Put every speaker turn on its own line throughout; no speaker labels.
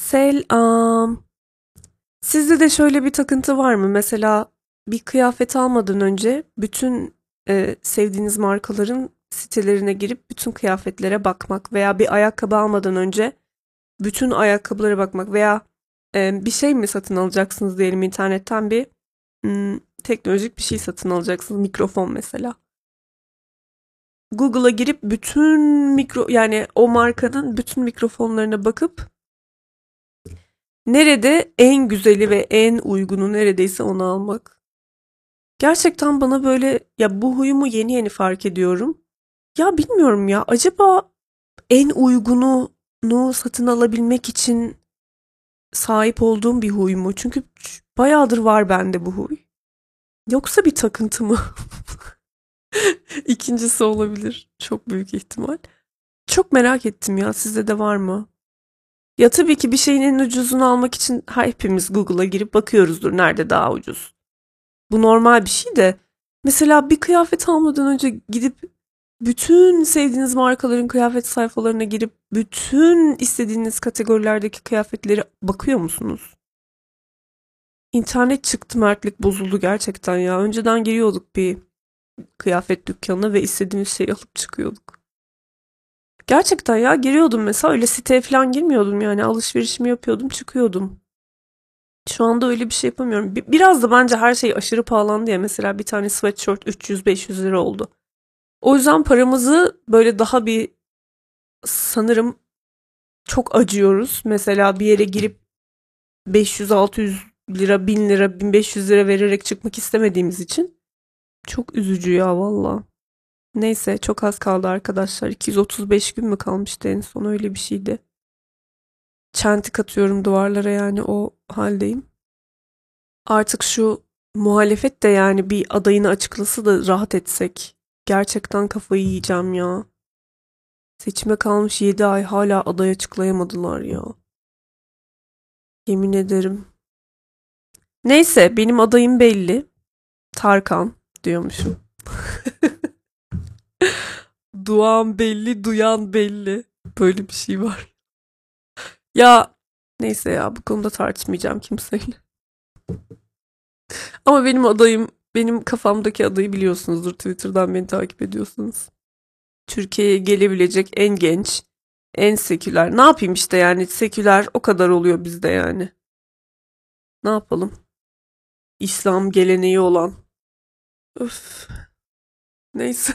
Selam. Sizde de şöyle bir takıntı var mı? Mesela bir kıyafet almadan önce bütün sevdiğiniz markaların sitelerine girip bütün kıyafetlere bakmak veya bir ayakkabı almadan önce bütün ayakkabılara bakmak veya bir şey mi satın alacaksınız diyelim internetten bir teknolojik bir şey satın alacaksınız. Mikrofon mesela. Google'a girip bütün yani o markanın bütün mikrofonlarına bakıp nerede en güzeli ve en uygunu neredeyse onu almak. Gerçekten bana böyle ya bu huyumu yeni yeni fark ediyorum. Ya bilmiyorum ya acaba en uygununu satın alabilmek için sahip olduğum bir huy mu? Çünkü bayağıdır var bende bu huy. Yoksa bir takıntı mı? İkincisi olabilir. Çok büyük ihtimal. Çok merak ettim ya sizde de var mı? Ya tabii ki bir şeyin en ucuzunu almak için hepimiz Google'a girip bakıyoruzdur nerede daha ucuz. Bu normal bir şey de mesela bir kıyafet almadan önce gidip bütün sevdiğiniz markaların kıyafet sayfalarına girip bütün istediğiniz kategorilerdeki kıyafetleri bakıyor musunuz? İnternet çıktı, mertlik bozuldu gerçekten ya. Önceden giriyorduk bir kıyafet dükkanına ve istediğimiz şeyi alıp çıkıyorduk. Gerçekten ya giriyordum mesela öyle siteye falan girmiyordum yani alışverişimi yapıyordum çıkıyordum. Şu anda öyle bir şey yapamıyorum. Biraz da bence her şey aşırı pahalandı ya. Mesela bir tane sweatshirt 300-500 lira oldu. O yüzden paramızı böyle daha bir sanırım çok acıyoruz. Mesela bir yere girip 500-600 lira, 1000 lira, 1500 lira vererek çıkmak istemediğimiz için çok üzücü ya valla. Neyse çok az kaldı arkadaşlar. 235 gün mü kalmıştı en son öyle bir şeydi. Çentik atıyorum duvarlara yani o haldeyim. Artık şu muhalefet de yani bir adayını açıklasa da rahat etsek. Gerçekten kafayı yiyeceğim ya. Seçime kalmış 7 ay hala aday açıklayamadılar ya. Yemin ederim. Neyse benim adayım belli. Tarkan diyormuşum. Duan belli, duyan belli. Böyle bir şey var. Ya neyse ya bu konuda tartışmayacağım kimseyle. Ama benim adayım, benim kafamdaki adayı biliyorsunuzdur. Twitter'dan beni takip ediyorsunuz. Türkiye'ye gelebilecek en genç, en seküler. Ne yapayım işte yani seküler o kadar oluyor bizde yani. Ne yapalım? İslam geleneği olan. Öf. Neyse.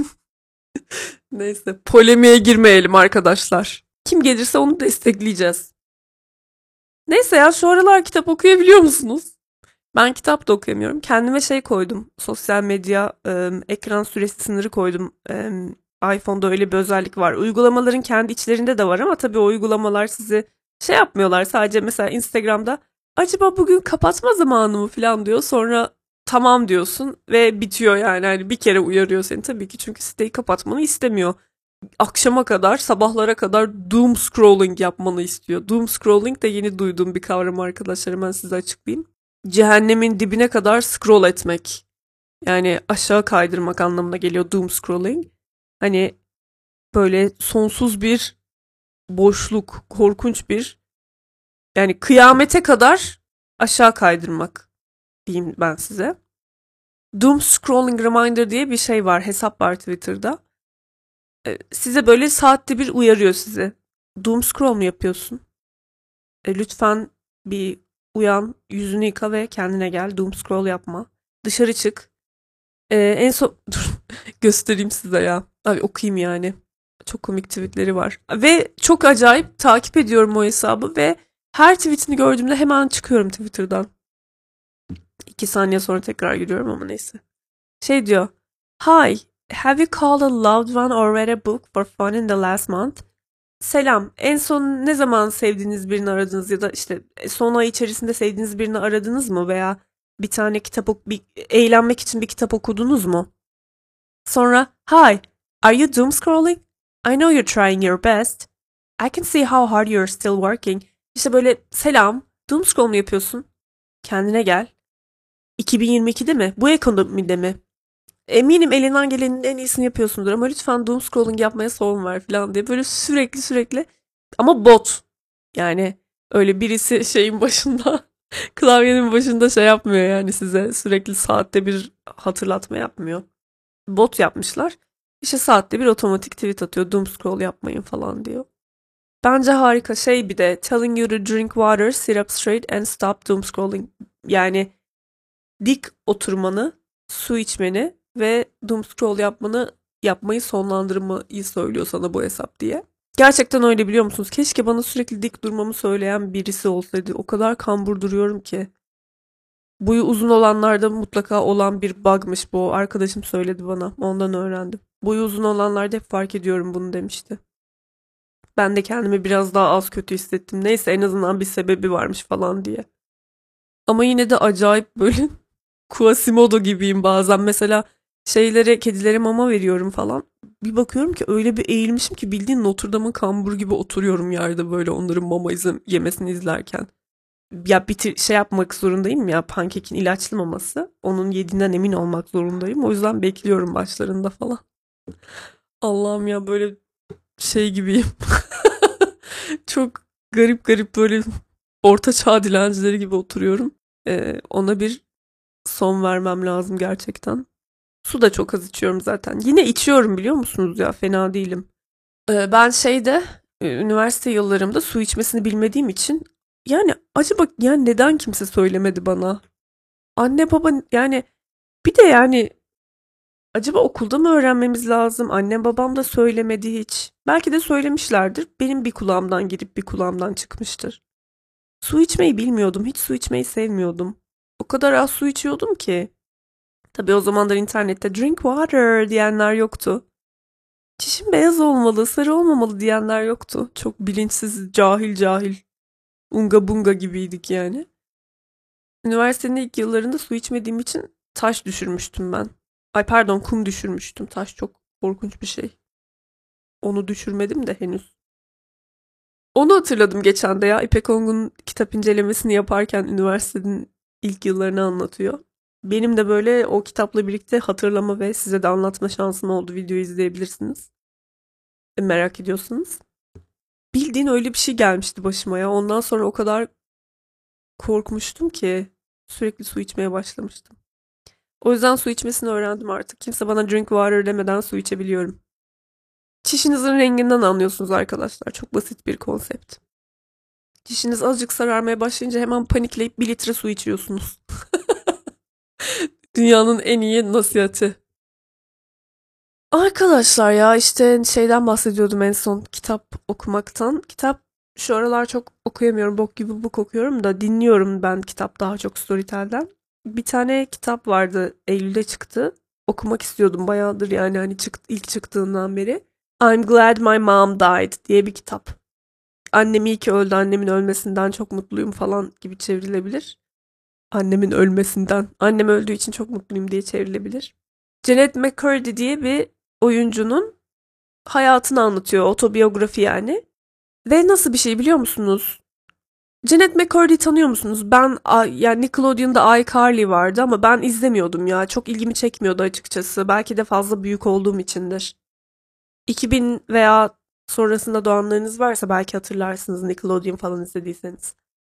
Neyse. Polemiğe girmeyelim arkadaşlar. Kim gelirse onu destekleyeceğiz. Neyse ya şu aralar kitap okuyabiliyor musunuz? Ben kitap da okuyamıyorum. Kendime şey koydum. Sosyal medya ekran süresi sınırı koydum. iPhone'da öyle bir özellik var. Uygulamaların kendi içlerinde de var ama tabii o uygulamalar sizi şey yapmıyorlar. Sadece mesela Instagram'da acaba bugün kapatma zamanı mı falan diyor. Sonra tamam diyorsun ve bitiyor yani. Hani bir kere uyarıyor seni tabii ki çünkü siteyi kapatmanı istemiyor. Akşama kadar, sabahlara kadar doom scrolling yapmanı istiyor. Doom scrolling de yeni duyduğum bir kavram arkadaşlar. Hemen size açıklayayım. Cehennemin dibine kadar scroll etmek. Yani aşağı kaydırmak anlamına geliyor doom scrolling. Hani böyle sonsuz bir boşluk, korkunç bir yani kıyamete kadar aşağı kaydırmak diyeyim ben size. Doom scrolling reminder diye bir şey var, hesap var Twitter'da. Size böyle saatte bir uyarıyor sizi. Doom scroll mu yapıyorsun? Lütfen bir uyan, yüzünü yıka ve kendine gel. Doom scroll yapma. Dışarı çık. En son dur göstereyim size ya. Abi okuyayım yani. Çok komik tweetleri var. Ve çok acayip takip ediyorum o hesabı ve her tweetini gördüğümde hemen çıkıyorum Twitter'dan. 2 saniye sonra tekrar giriyorum ama neyse. Şey diyor. Hi, have you called a loved one or read a book for fun in the last month? Selam. En son ne zaman sevdiğiniz birini aradınız ya da işte son ay içerisinde sevdiğiniz birini aradınız mı veya bir tane eğlenmek için bir kitap okudunuz mu? Sonra, Hi, are you doom scrolling? I know you're trying your best. I can see how hard you're still working. İşte böyle selam, doom scroll mu yapıyorsun? Kendine gel. 2022'de mi? Bu ekonomide mi? Eminim elinden gelenin en iyisini yapıyorsundur ama lütfen doom scrolling yapmaya son ver falan diye böyle sürekli ama bot. Yani Öyle birisi şeyin başında, klavyenin başında şey yapmıyor yani size sürekli saatte bir hatırlatma yapmıyor. Bot yapmışlar. İşte saatte bir otomatik tweet atıyor. Doom scroll yapmayın falan diyor. Bence harika şey bir de telling you to drink water, sit up straight and stop doom scrolling. Yani dik oturmanı, su içmeni ve doom scroll yapmayı sonlandırmayı söylüyor sana bu hesap diye. Gerçekten öyle biliyor musunuz? Keşke bana sürekli dik durmamı söyleyen birisi olsaydı. O kadar kambur duruyorum ki. Boyu uzun olanlarda mutlaka olan bir bug'mış bu. Arkadaşım söyledi bana. Ondan öğrendim. Boyu uzun olanlarda hep fark ediyorum bunu demişti. Ben de kendimi biraz daha az kötü hissettim. Neyse en azından bir sebebi varmış falan diye. Ama yine de acayip böyle Quasimodo gibiyim bazen. Mesela kedilere mama veriyorum falan. Bir bakıyorum ki öyle bir eğilmişim ki bildiğin Notre Dame'ın kamburu gibi oturuyorum yerde böyle onların yemesini izlerken. Ya şey yapmak zorundayım ya pankekin ilaçlı maması. Onun yediğinden emin olmak zorundayım. O yüzden bekliyorum başlarında falan. Allah'ım ya böyle şey gibiyim. Çok garip garip böyle orta çağ dilencileri gibi oturuyorum. Ona bir son vermem lazım gerçekten. Su da çok az içiyorum zaten. Yine içiyorum biliyor musunuz ya fena değilim. Ben üniversite yıllarımda su içmesini bilmediğim için yani acaba yani neden kimse söylemedi bana? Anne baba yani bir de yani acaba okulda mı öğrenmemiz lazım? Annem babam da söylemedi hiç. Belki de söylemişlerdir. Benim bir kulağımdan girip bir kulağımdan çıkmıştır. Su içmeyi bilmiyordum. Hiç su içmeyi sevmiyordum. O kadar az su içiyordum ki. Tabii o zamanlar internette drink water diyenler yoktu. Çişim beyaz olmalı, sarı olmamalı diyenler yoktu. Çok bilinçsiz, cahil cahil, unga bunga gibiydik yani. Üniversitenin ilk yıllarında su içmediğim için taş düşürmüştüm ben. Ay pardon kum düşürmüştüm. Taş çok korkunç bir şey. Onu düşürmedim de henüz. Onu hatırladım geçen de ya. İpek Ongun'un kitap incelemesini yaparken üniversitenin ilk yıllarını anlatıyor. Benim de böyle o kitapla birlikte hatırlama ve size de anlatma şansım oldu. Videoyu izleyebilirsiniz. Merak ediyorsanız. Bildiğin öyle bir şey gelmişti başıma ya. Ondan sonra o kadar korkmuştum ki sürekli su içmeye başlamıştım. O yüzden su içmesini öğrendim artık. Kimse bana drink water demeden su içebiliyorum. Çişinizin renginden anlıyorsunuz arkadaşlar. Çok basit bir konsept. Dişiniz azıcık sararmaya başlayınca hemen panikleyip 1 litre su içiyorsunuz. Dünyanın en iyi nasihati. Arkadaşlar ya işte şeyden bahsediyordum en son kitap okumaktan. Kitap şu aralar çok okuyamıyorum. Bok gibi book okuyorum da dinliyorum ben kitap daha çok Storytel'den. Bir tane kitap vardı Eylül'de çıktı. Okumak istiyordum bayağıdır yani hani ilk çıktığından beri. I'm Glad My Mom Died diye bir kitap. Annem iyi ki öldü, annemin ölmesinden çok mutluyum falan gibi çevrilebilir. Annemin ölmesinden, annem öldüğü için çok mutluyum diye çevrilebilir. Janet McCurdy diye bir oyuncunun hayatını anlatıyor, otobiyografi yani. Ve nasıl bir şey biliyor musunuz? Janet McCurdy tanıyor musunuz? Yani Nickelodeon'da iCarly vardı ama ben izlemiyordum ya. Çok ilgimi çekmiyordu açıkçası. Belki de fazla büyük olduğum içindir. 2000 veya sonrasında doğanlarınız varsa belki hatırlarsınız Nickelodeon falan izlediyseniz.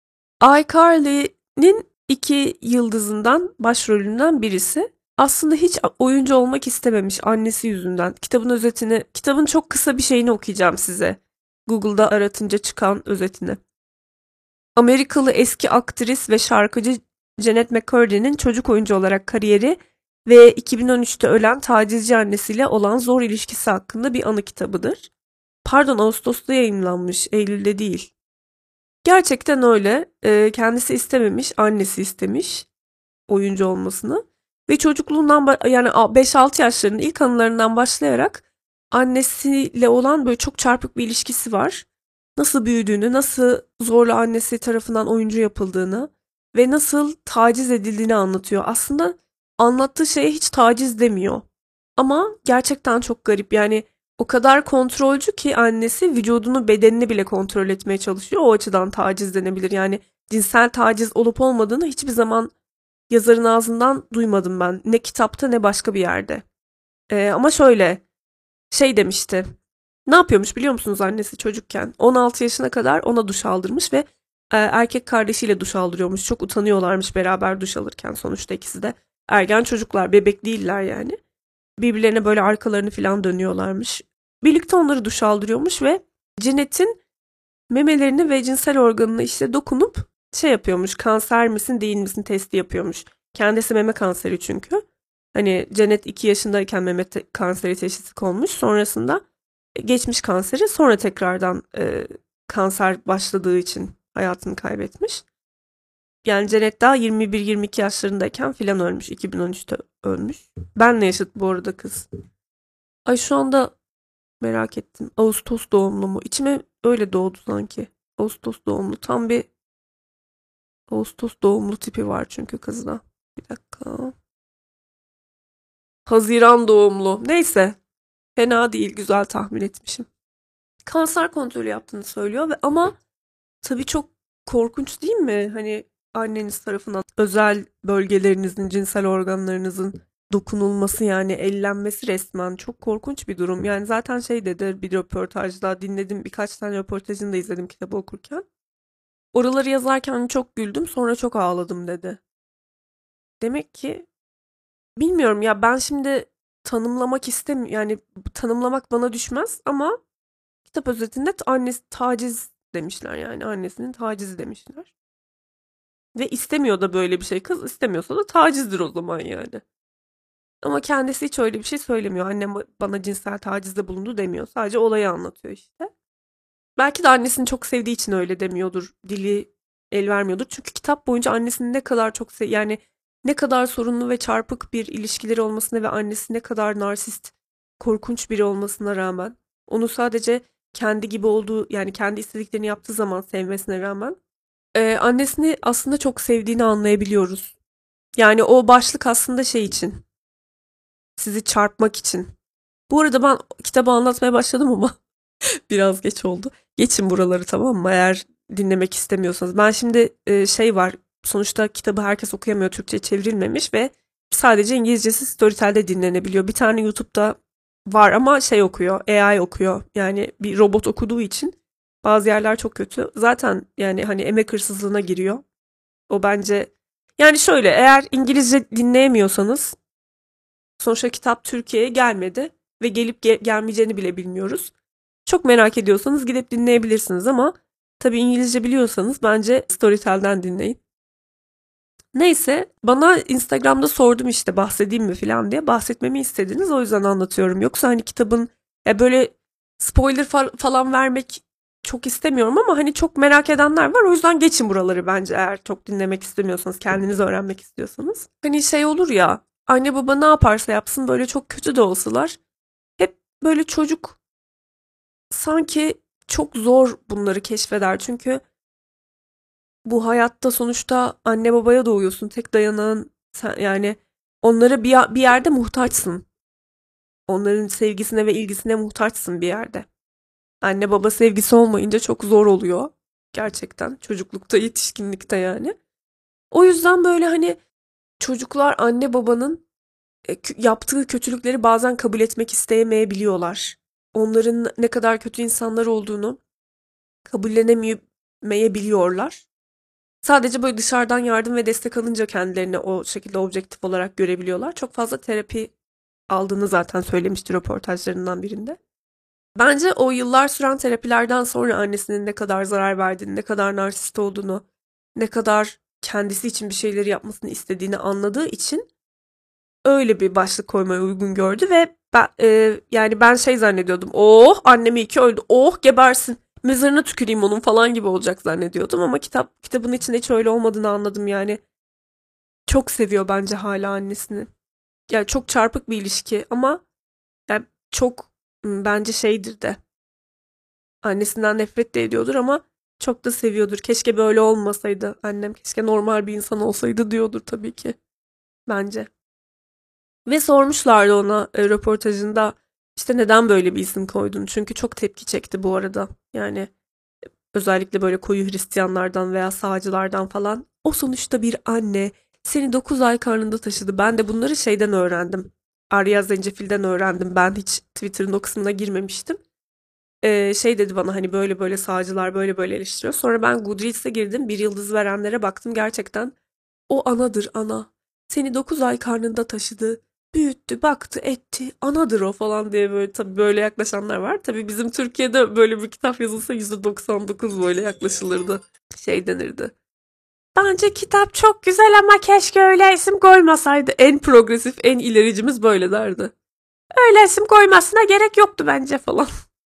iCarly'nin 2 yıldızından, başrolünden birisi. Aslında hiç oyuncu olmak istememiş annesi yüzünden. Kitabın çok kısa bir şeyini okuyacağım size. Google'da aratınca çıkan özetini. Amerikalı eski aktris ve şarkıcı Janet McCurdy'nin çocuk oyuncu olarak kariyeri ve 2013'te ölen tacizci annesiyle olan zor ilişkisi hakkında bir anı kitabıdır. Pardon Ağustos'ta yayınlanmış, Eylül'de değil. Gerçekten öyle. Kendisi istememiş, annesi istemiş oyuncu olmasını. Ve çocukluğundan yani 5-6 yaşlarının ilk anılarından başlayarak annesiyle olan böyle çok çarpık bir ilişkisi var. Nasıl büyüdüğünü, nasıl zorla annesi tarafından oyuncu yapıldığını ve nasıl taciz edildiğini anlatıyor. Aslında anlattığı şeye hiç taciz demiyor. Ama gerçekten çok garip. Yani o kadar kontrolcü ki annesi vücudunu, bedenini bile kontrol etmeye çalışıyor. O açıdan taciz denebilir. Yani cinsel taciz olup olmadığını hiçbir zaman yazarın ağzından duymadım ben. Ne kitapta ne başka bir yerde. Ama şöyle şey demişti. Ne yapıyormuş biliyor musunuz annesi çocukken? 16 yaşına kadar ona duş aldırmış ve erkek kardeşiyle duş aldırıyormuş. Çok utanıyorlarmış beraber duş alırken, sonuçta ikisi de ergen çocuklar, bebek değiller yani. Birbirlerine böyle arkalarını falan dönüyorlarmış. Birlikte onları duş aldırıyormuş ve Cennet'in memelerini ve cinsel organını işte dokunup şey yapıyormuş. Kanser misin değil misin testi yapıyormuş. Kendisi meme kanseri çünkü. Hani Cennet 2 yaşındayken meme kanseri teşhisi konmuş. Sonrasında geçmiş kanseri, sonra tekrardan kanser başladığı için hayatını kaybetmiş. Yani Cennet daha 21-22 yaşlarındayken filan ölmüş. 2013'te ölmüş. Benle yaşıt bu arada kız. Ay şu anda merak ettim. Ağustos doğumlu mu? İçime öyle doğdu sanki. Ağustos doğumlu. Tam bir Ağustos doğumlu tipi var çünkü kızda. Bir dakika. Haziran doğumlu. Neyse. Fena değil. Güzel tahmin etmişim. Kanser kontrolü yaptığını söylüyor ve ama tabii çok korkunç değil mi? Hani anneniz tarafından özel bölgelerinizin, cinsel organlarınızın dokunulması, yani ellenmesi resmen çok korkunç bir durum. Yani zaten şey dedi bir röportajda, dinledim, birkaç tane röportajını da izledim kitabı okurken. Oraları yazarken çok güldüm, sonra çok ağladım dedi. Demek ki bilmiyorum ya, ben şimdi tanımlamak istemiyorum. Yani tanımlamak bana düşmez ama kitap özetinde annesi taciz demişler, yani annesinin tacizi demişler. Ve istemiyor da böyle bir şey. Kız istemiyorsa da tacizdir o zaman yani. Ama kendisi hiç öyle bir şey söylemiyor. Annem bana cinsel tacizde bulundu demiyor. Sadece olayı anlatıyor işte. Belki de annesini çok sevdiği için öyle demiyordur. Dili el vermiyordur. Çünkü kitap boyunca annesini ne kadar çok yani ne kadar sorunlu ve çarpık bir ilişkileri olmasına ve annesi ne kadar narsist, korkunç biri olmasına rağmen onu sadece kendi gibi olduğu, yani kendi istediklerini yaptığı zaman sevmesine rağmen annesini aslında çok sevdiğini anlayabiliyoruz. Yani o başlık aslında şey için, sizi çarpmak için. Bu arada ben kitabı anlatmaya başladım ama biraz geç oldu. Geçin buraları, tamam mı? Eğer dinlemek istemiyorsanız. Ben şimdi şey var. Sonuçta kitabı herkes okuyamıyor. Türkçe çevrilmemiş ve sadece İngilizcesi Storytel'de dinlenebiliyor. Bir tane YouTube'da var ama şey okuyor. AI okuyor. Yani bir robot okuduğu için bazı yerler çok kötü. Zaten yani hani emek hırsızlığına giriyor. O bence, yani şöyle, eğer İngilizce dinleyemiyorsanız, sonuçta kitap Türkiye'ye gelmedi ve gelip gelmeyeceğini bile bilmiyoruz. Çok merak ediyorsanız gidip dinleyebilirsiniz ama tabii İngilizce biliyorsanız bence Storytel'den dinleyin. Neyse, bana Instagram'da sordum işte bahsedeyim mi falan diye. Bahsetmemi istediniz, o yüzden anlatıyorum. Yoksa hani kitabın böyle spoiler falan vermek çok istemiyorum ama hani çok merak edenler var. O yüzden geçin buraları bence, eğer çok dinlemek istemiyorsanız, kendiniz öğrenmek istiyorsanız. Hani şey olur ya, anne baba ne yaparsa yapsın, böyle çok kötü de olsalar hep böyle çocuk sanki çok zor bunları keşfeder. Çünkü bu hayatta sonuçta anne babaya doğuyorsun. Tek dayanağın sen, yani onlara bir yerde muhtaçsın. Onların sevgisine ve ilgisine muhtaçsın bir yerde. Anne baba sevgisi olmayınca çok zor oluyor. Gerçekten çocuklukta, yetişkinlikte yani. O yüzden böyle hani çocuklar anne babanın yaptığı kötülükleri bazen kabul etmek isteyemeyebiliyorlar. Onların ne kadar kötü insanlar olduğunu kabullenemeyebiliyorlar. Sadece böyle dışarıdan yardım ve destek alınca kendilerini o şekilde objektif olarak görebiliyorlar. Çok fazla terapi aldığını zaten söylemişti röportajlarından birinde. Bence o yıllar süren terapilerden sonra annesinin ne kadar zarar verdiğini, ne kadar narsist olduğunu, ne kadar kendisi için bir şeyleri yapmasını istediğini anladığı için öyle bir başlık koymaya uygun gördü ve yani ben şey zannediyordum. Oh, annemi iyi ki öldü. Oh, gebersin. Mezarına tüküreyim onun falan gibi olacak zannediyordum ama kitabın içinde hiç öyle olmadığını anladım yani. Çok seviyor bence hala annesini. Yani çok çarpık bir ilişki ama yani çok bence şeydir de, annesinden nefret de ediyordur ama çok da seviyordur. Keşke böyle olmasaydı annem. Keşke normal bir insan olsaydı diyordur tabii ki. Bence. Ve sormuşlardı ona röportajında işte neden böyle bir isim koydun? Çünkü çok tepki çekti bu arada. Yani özellikle böyle koyu Hristiyanlardan veya sağcılardan falan. O sonuçta bir anne. Seni 9 ay karnında taşıdı. Ben de bunları şeyden öğrendim. Arya Zencefil'den öğrendim. Ben hiç Twitter'ın o kısmına girmemiştim. Şey dedi bana hani böyle böyle sağcılar böyle böyle eleştiriyor. Sonra ben Goodreads'e girdim. Bir yıldız verenlere baktım. Gerçekten o anadır ana. Seni 9 ay karnında taşıdı. Büyüttü, baktı, etti. Anadır o falan diye böyle tabii böyle yaklaşanlar var. Tabii bizim Türkiye'de böyle bir kitap yazılsa %99 böyle yaklaşılırdı. Şey denirdi. Bence kitap çok güzel ama keşke öyle isim koymasaydı. En progresif, en ilericimiz böyle derdi. Öyle isim koymasına gerek yoktu bence falan.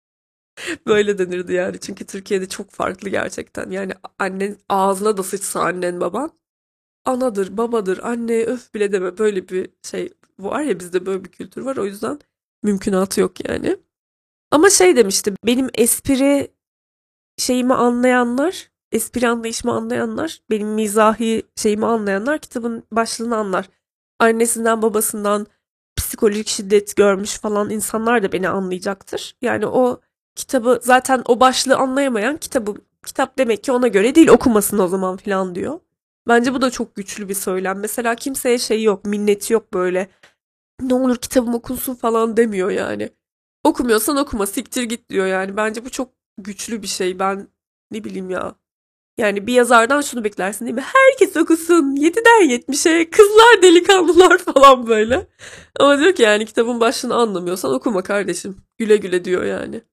Böyle denirdi yani. Çünkü Türkiye'de çok farklı gerçekten. Yani annen ağzına da sıçsa annen baban. Anadır, babadır, anne öf bile deme. Böyle bir şey var ya bizde böyle bir kültür var. O yüzden mümkünatı yok yani. Ama şey demişti. Benim espri şeyimi anlayanlar, espri anlayışımı anlayanlar, benim mizahi şeyimi anlayanlar kitabın başlığını anlar. Annesinden babasından psikolojik şiddet görmüş falan insanlar da beni anlayacaktır. Yani o kitabı zaten o başlığı anlayamayan kitap demek ki ona göre değil okumasın o zaman falan diyor. Bence bu da çok güçlü bir söylem. Mesela kimseye şey yok, minneti yok böyle. Ne olur kitabım okunsun falan demiyor yani. Okumuyorsan okuma, siktir git diyor yani. Bence bu çok güçlü bir şey. Ben ne bileyim ya. Yani bir yazardan şunu beklersin değil mi? Herkes okusun. 7'den 70'e kızlar delikanlılar falan böyle. Ama diyor ki yani kitabın başlığını anlamıyorsan okuma kardeşim. Güle güle diyor yani.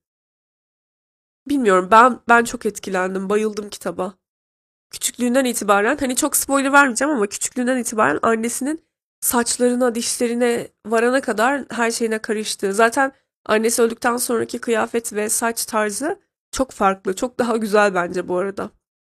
Bilmiyorum ben çok etkilendim. Bayıldım kitaba. Küçüklüğünden itibaren hani çok spoiler vermeyeceğim ama küçüklüğünden itibaren annesinin saçlarına, dişlerine varana kadar her şeyine karıştı. Zaten annesi öldükten sonraki kıyafet ve saç tarzı çok farklı. Çok daha güzel bence bu arada.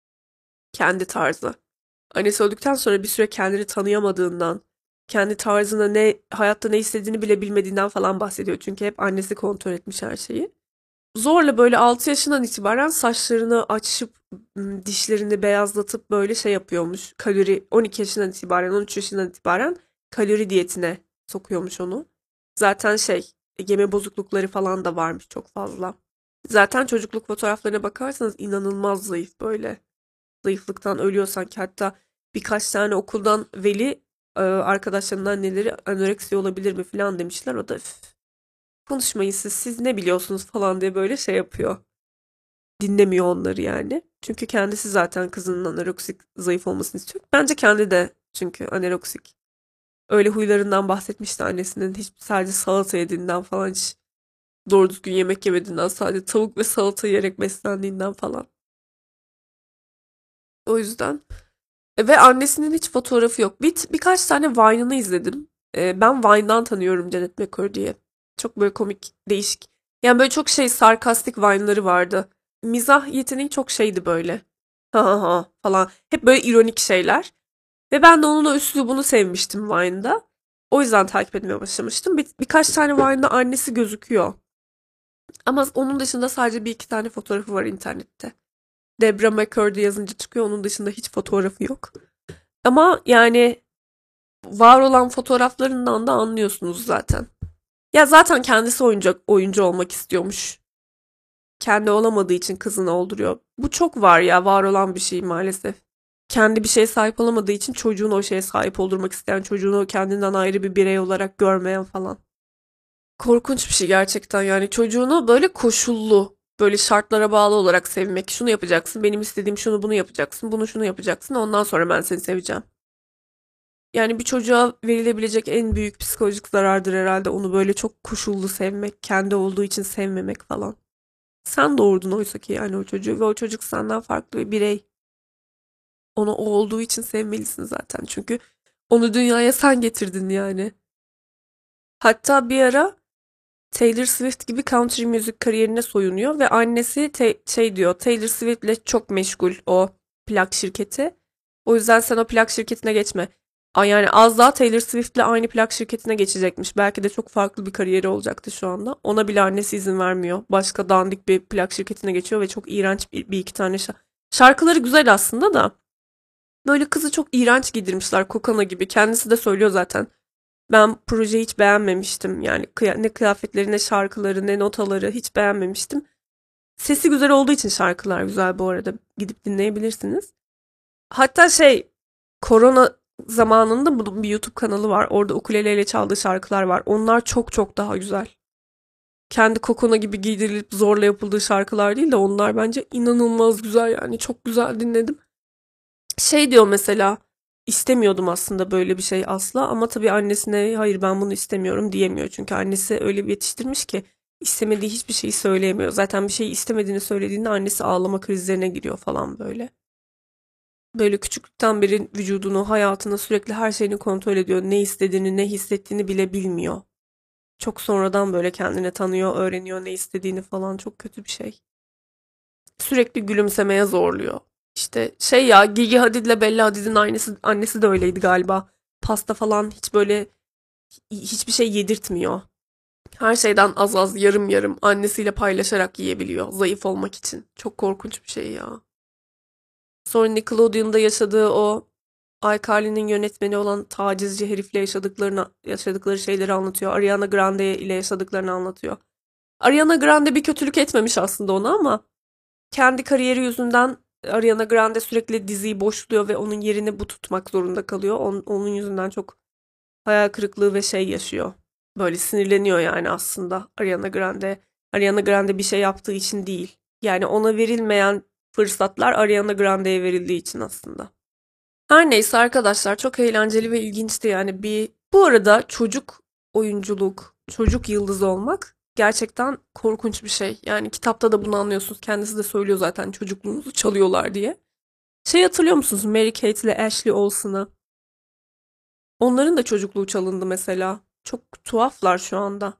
Kendi tarzı. Annesi öldükten sonra bir süre kendini tanıyamadığından, kendi tarzına hayatta ne istediğini bile bilmediğinden falan bahsediyor. Çünkü hep annesi kontrol etmiş her şeyi. Zorla böyle 6 yaşından itibaren saçlarını açıp dişlerini beyazlatıp böyle şey yapıyormuş. 12 yaşından itibaren 13 yaşından itibaren kalori diyetine sokuyormuş onu. Zaten yeme bozuklukları falan da varmış çok fazla. Zaten çocukluk fotoğraflarına bakarsanız inanılmaz zayıf böyle. Zayıflıktan ölüyor sanki. Hatta birkaç tane okuldan veli arkadaşlarının anneleri anoreksiya olabilir mi falan demişler. O da "Üf, konuşmayın siz ne biliyorsunuz falan diye böyle şey yapıyor. Dinlemiyor onları yani. Çünkü kendisi zaten kızının anoreksik zayıf olmasını istiyor. Bence kendi de çünkü anoreksik. Öyle huylarından bahsetmişti annesinin. Hiç sadece salata yediğinden falan hiç doğru düzgün yemek yemediğinden sadece tavuk ve salata yiyerek beslendiğinden falan. O yüzden. Ve annesinin hiç fotoğrafı yok. Birkaç tane Vine'ını izledim. Ben Vine'dan tanıyorum Janet McCurdy'yi diye. Çok böyle komik, değişik. Yani böyle çok sarkastik Vine'ları vardı. Mizah yeteneği çok şeydi böyle. Ha ha ha falan. Hep böyle ironik şeyler. Ve ben de onun o üslubunu sevmiştim Vine'da. O yüzden takip etmeye başlamıştım. Birkaç tane Vine'da annesi gözüküyor. Ama onun dışında sadece bir iki tane fotoğrafı var internette. Debra McCurdy yazınca çıkıyor. Onun dışında hiç fotoğrafı yok. Ama yani var olan fotoğraflarından da anlıyorsunuz zaten. Ya zaten kendisi oyuncu olmak istiyormuş. Kendi olamadığı için kızını olduruyor. Bu çok var ya var olan bir şey maalesef. Kendi bir şeye sahip olamadığı için çocuğunu o şeye sahip oldurmak isteyen, çocuğunu kendinden ayrı bir birey olarak görmeyen falan. Korkunç bir şey gerçekten yani çocuğunu böyle koşullu, böyle şartlara bağlı olarak sevmek. Şunu yapacaksın, benim istediğim şunu bunu yapacaksın, bunu şunu yapacaksın, ondan sonra ben seni seveceğim. Yani bir çocuğa verilebilecek en büyük psikolojik zarardır herhalde onu böyle çok koşullu sevmek, kendi olduğu için sevmemek falan. Sen doğurdun oysa ki yani o çocuğu ve o çocuk senden farklı bir birey. Onu o olduğu için sevmelisin zaten. Çünkü onu dünyaya sen getirdin yani. Hatta bir ara Taylor Swift gibi country müzik kariyerine soyunuyor ve annesi şey diyor Taylor Swift'le çok meşgul o plak şirketi. O yüzden sen o plak şirketine geçme. Yani az daha Taylor Swift'le aynı plak şirketine geçecekmiş. Belki de çok farklı bir kariyeri olacaktı şu anda. Ona bile annesi izin vermiyor. Başka dandik bir plak şirketine geçiyor ve çok iğrenç bir iki tane şarkıları güzel aslında da. Böyle kızı çok iğrenç giydirmişler Kokana gibi. Kendisi de söylüyor zaten. Ben projeyi hiç beğenmemiştim. Yani ne kıyafetleri ne şarkıları ne notaları hiç beğenmemiştim. Sesi güzel olduğu için şarkılar güzel bu arada. Gidip dinleyebilirsiniz. Hatta korona zamanında bunun bir YouTube kanalı var. Orada ukuleleyle çaldığı şarkılar var. Onlar çok çok daha güzel. kendi kokona gibi giydirilip zorla yapıldığı şarkılar değil de onlar bence inanılmaz güzel yani çok güzel dinledim. Şey diyor mesela istemiyordum aslında böyle bir şey asla ama tabii annesine hayır ben bunu istemiyorum diyemiyor. Çünkü annesi öyle bir yetiştirmiş ki istemediği hiçbir şeyi söyleyemiyor. Zaten bir şeyi istemediğini söylediğinde annesi ağlama krizlerine giriyor falan böyle. Böyle küçüklükten beri vücudunu, hayatını sürekli her şeyini kontrol ediyor. Ne istediğini, ne hissettiğini bile bilmiyor. Çok sonradan böyle kendini tanıyor, öğreniyor ne istediğini falan çok kötü bir şey. Sürekli gülümsemeye zorluyor. İşte şey ya Gigi Hadid'le Bella Hadid'in annesi de öyleydi galiba. Pasta falan hiç böyle hiçbir şey yedirtmiyor. Her şeyden az az yarım yarım annesiyle paylaşarak yiyebiliyor zayıf olmak için. Çok korkunç bir şey ya. Sonra Nickelodeon'da yaşadığı o iCarly'nin yönetmeni olan tacizci herifle yaşadıkları şeyleri anlatıyor. Ariana Grande ile yaşadıklarını anlatıyor. Ariana Grande bir kötülük etmemiş aslında ona ama kendi kariyeri yüzünden Ariana Grande sürekli diziyi boşluyor ve onun yerini bu tutmak zorunda kalıyor. Onun yüzünden çok hayal kırıklığı ve şey yaşıyor. Böyle sinirleniyor yani aslında Ariana Grande. Ariana Grande bir şey yaptığı için değil. Yani ona verilmeyen fırsatlar Ariana Grande'ye verildiği için aslında. Her neyse arkadaşlar çok eğlenceli ve ilginçti yani bu arada çocuk oyunculuk, çocuk yıldız olmak gerçekten korkunç bir şey. Yani kitapta da bunu anlıyorsunuz. Kendisi de söylüyor zaten çocukluğunuzu çalıyorlar diye. Şey hatırlıyor musunuz? Mary Kate ile Ashley Olsen'ı. Onların da çocukluğu çalındı mesela. Çok tuhaflar şu anda.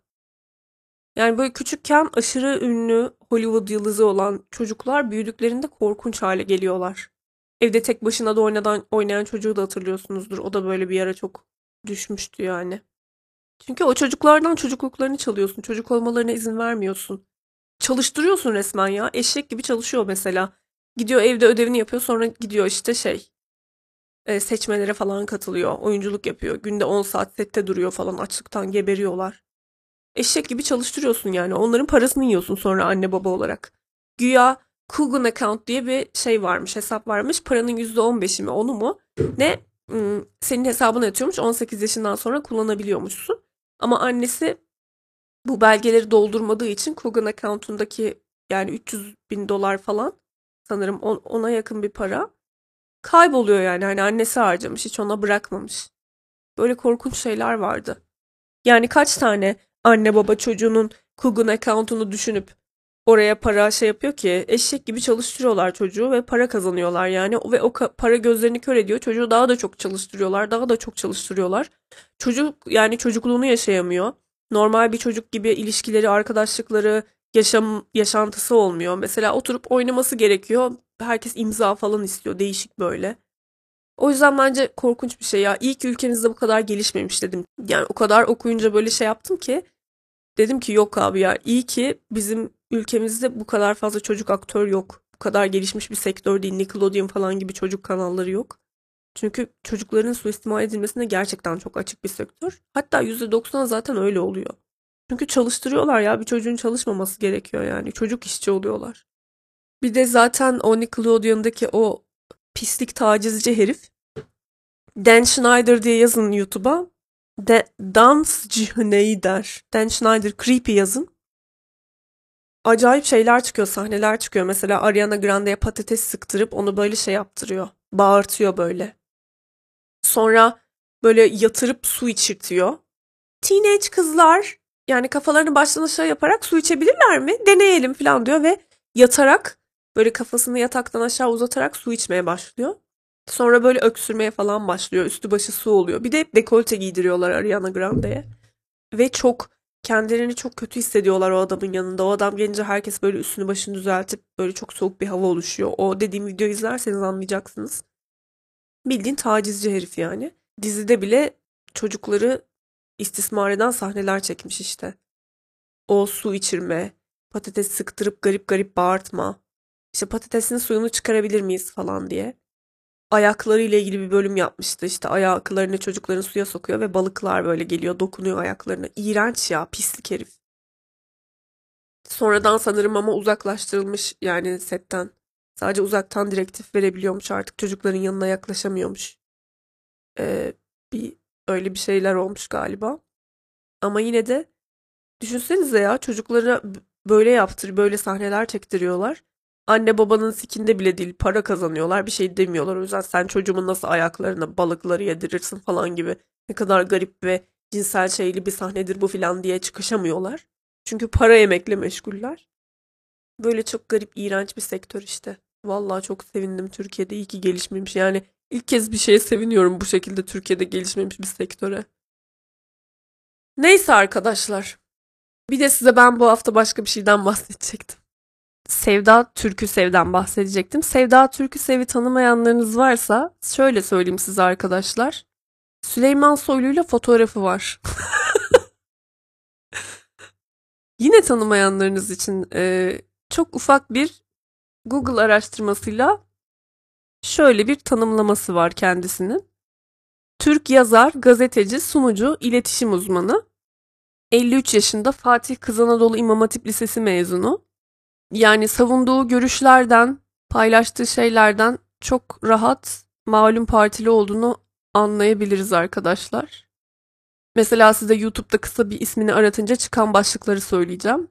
Yani böyle küçükken aşırı ünlü Hollywood yıldızı olan çocuklar büyüdüklerinde korkunç hale geliyorlar. Evde tek başına da oynayan çocuğu da hatırlıyorsunuzdur. O da böyle bir ara çok düşmüştü yani. Çünkü o çocuklardan çocukluklarını çalıyorsun. Çocuk olmalarına izin vermiyorsun. Çalıştırıyorsun resmen ya. Eşek gibi çalışıyor mesela. Gidiyor evde ödevini yapıyor sonra gidiyor işte seçmelere falan katılıyor. Oyunculuk yapıyor. Günde 10 saat sette duruyor falan. Açlıktan geberiyorlar. Eşek gibi çalıştırıyorsun yani. Onların parasını yiyorsun sonra anne baba olarak. Güya Kugun account diye bir şey varmış, hesap varmış. Paranın %15'i mi onu mu? Ne? Senin hesabına yatıyormuş. 18 yaşından sonra kullanabiliyormuşsun. Ama annesi bu belgeleri doldurmadığı için Kugun account'undaki yani 300 bin dolar falan sanırım ona yakın bir para kayboluyor yani. Hani annesi harcamış, hiç ona bırakmamış. Böyle korkunç şeyler vardı. Yani kaç tane anne baba çocuğunun Kugun account'unu düşünüp oraya para şey yapıyor ki eşek gibi çalıştırıyorlar çocuğu ve para kazanıyorlar yani ve para gözlerini kör ediyor. Çocuğu daha da çok çalıştırıyorlar, daha da çok çalıştırıyorlar. Çocuk yani çocukluğunu yaşayamıyor. Normal bir çocuk gibi ilişkileri, arkadaşlıkları, yaşantısı olmuyor. Mesela oturup oynaması gerekiyor. Herkes imza falan istiyor. Değişik böyle. O yüzden bence korkunç bir şey ya. İyi ki ülkemizde bu kadar gelişmemiş dedim. Yani o kadar okuyunca böyle şey yaptım ki dedim ki yok abi ya iyi ki bizim ülkemizde bu kadar fazla çocuk aktör yok. Bu kadar gelişmiş bir sektör değil. Nickelodeon falan gibi çocuk kanalları yok. Çünkü çocukların suistimal edilmesine gerçekten çok açık bir sektör. Hatta %90 zaten öyle oluyor. Çünkü çalıştırıyorlar ya bir çocuğun çalışmaması gerekiyor yani. Çocuk işçi oluyorlar. Bir de zaten o Nickelodeon'daki o pislik tacizci herif Dan Schneider diye yazın YouTube'a. Dance Schneider. Dan Schneider Creepy yazın. Acayip şeyler çıkıyor, sahneler çıkıyor. Mesela Ariana Grande'ye patates sıktırıp onu böyle şey yaptırıyor. Bağırtıyor böyle. Sonra böyle yatırıp su içirtiyor. Teenage kızlar yani kafalarını baştan aşağı yaparak su içebilirler mi? Deneyelim falan diyor ve yatarak böyle kafasını yataktan aşağı uzatarak su içmeye başlıyor. Sonra böyle öksürmeye falan başlıyor. Üstü başı su oluyor. Bir de hep dekolte giydiriyorlar Ariana Grande'ye. Ve kendilerini çok kötü hissediyorlar o adamın yanında. O adam gelince herkes böyle üstünü başını düzeltip böyle çok soğuk bir hava oluşuyor. O dediğim videoyu izlerseniz anlayacaksınız. Bildiğin tacizci herif yani. Dizide bile çocukları istismar eden sahneler çekmiş işte. O su içirme, patates sıktırıp garip garip bağırtma. İşte patatesin suyunu çıkarabilir miyiz falan diye. Ayakları ile ilgili bir bölüm yapmıştı. İşte ayaklarını çocukların suya sokuyor ve balıklar böyle geliyor, dokunuyor ayaklarına. İğrenç ya, pislik herif. Sonradan sanırım ama uzaklaştırılmış yani setten. Sadece uzaktan direktif verebiliyormuş artık çocukların yanına yaklaşamıyormuş. Ee, bir öyle bir şeyler olmuş galiba. Ama yine de Düşünsenize ya, çocuklara böyle böyle sahneler çektiriyorlar. Anne babanın sikinde bile değil, para kazanıyorlar, bir şey demiyorlar. O yüzden sen çocuğumun nasıl ayaklarına balıkları yedirirsin falan gibi, ne kadar garip ve cinsel şeyli bir sahnedir bu filan diye çıkışamıyorlar. Çünkü para yemekle meşguller. Böyle çok garip, iğrenç bir sektör işte. Vallahi çok sevindim, Türkiye'de iyi ki gelişmemiş. Yani ilk kez bir şeye seviniyorum, bu şekilde Türkiye'de gelişmemiş bir sektöre. Neyse arkadaşlar. Bir de size ben bu hafta başka bir şeyden bahsedecektim. Sevda Türküsev'den bahsedecektim. Sevda Türküsev'i tanımayanlarınız varsa şöyle söyleyeyim size arkadaşlar. Süleyman Soylu'yla fotoğrafı var. Yine tanımayanlarınız için çok ufak bir Google araştırmasıyla şöyle bir tanımlaması var kendisinin. Türk yazar, gazeteci, sunucu, iletişim uzmanı. 53 yaşında, Fatih Kız Anadolu İmam Hatip Lisesi mezunu. Yani savunduğu görüşlerden, paylaştığı şeylerden çok rahat malum partili olduğunu anlayabiliriz arkadaşlar. Mesela size YouTube'da kısa bir ismini aratınca çıkan başlıkları söyleyeceğim.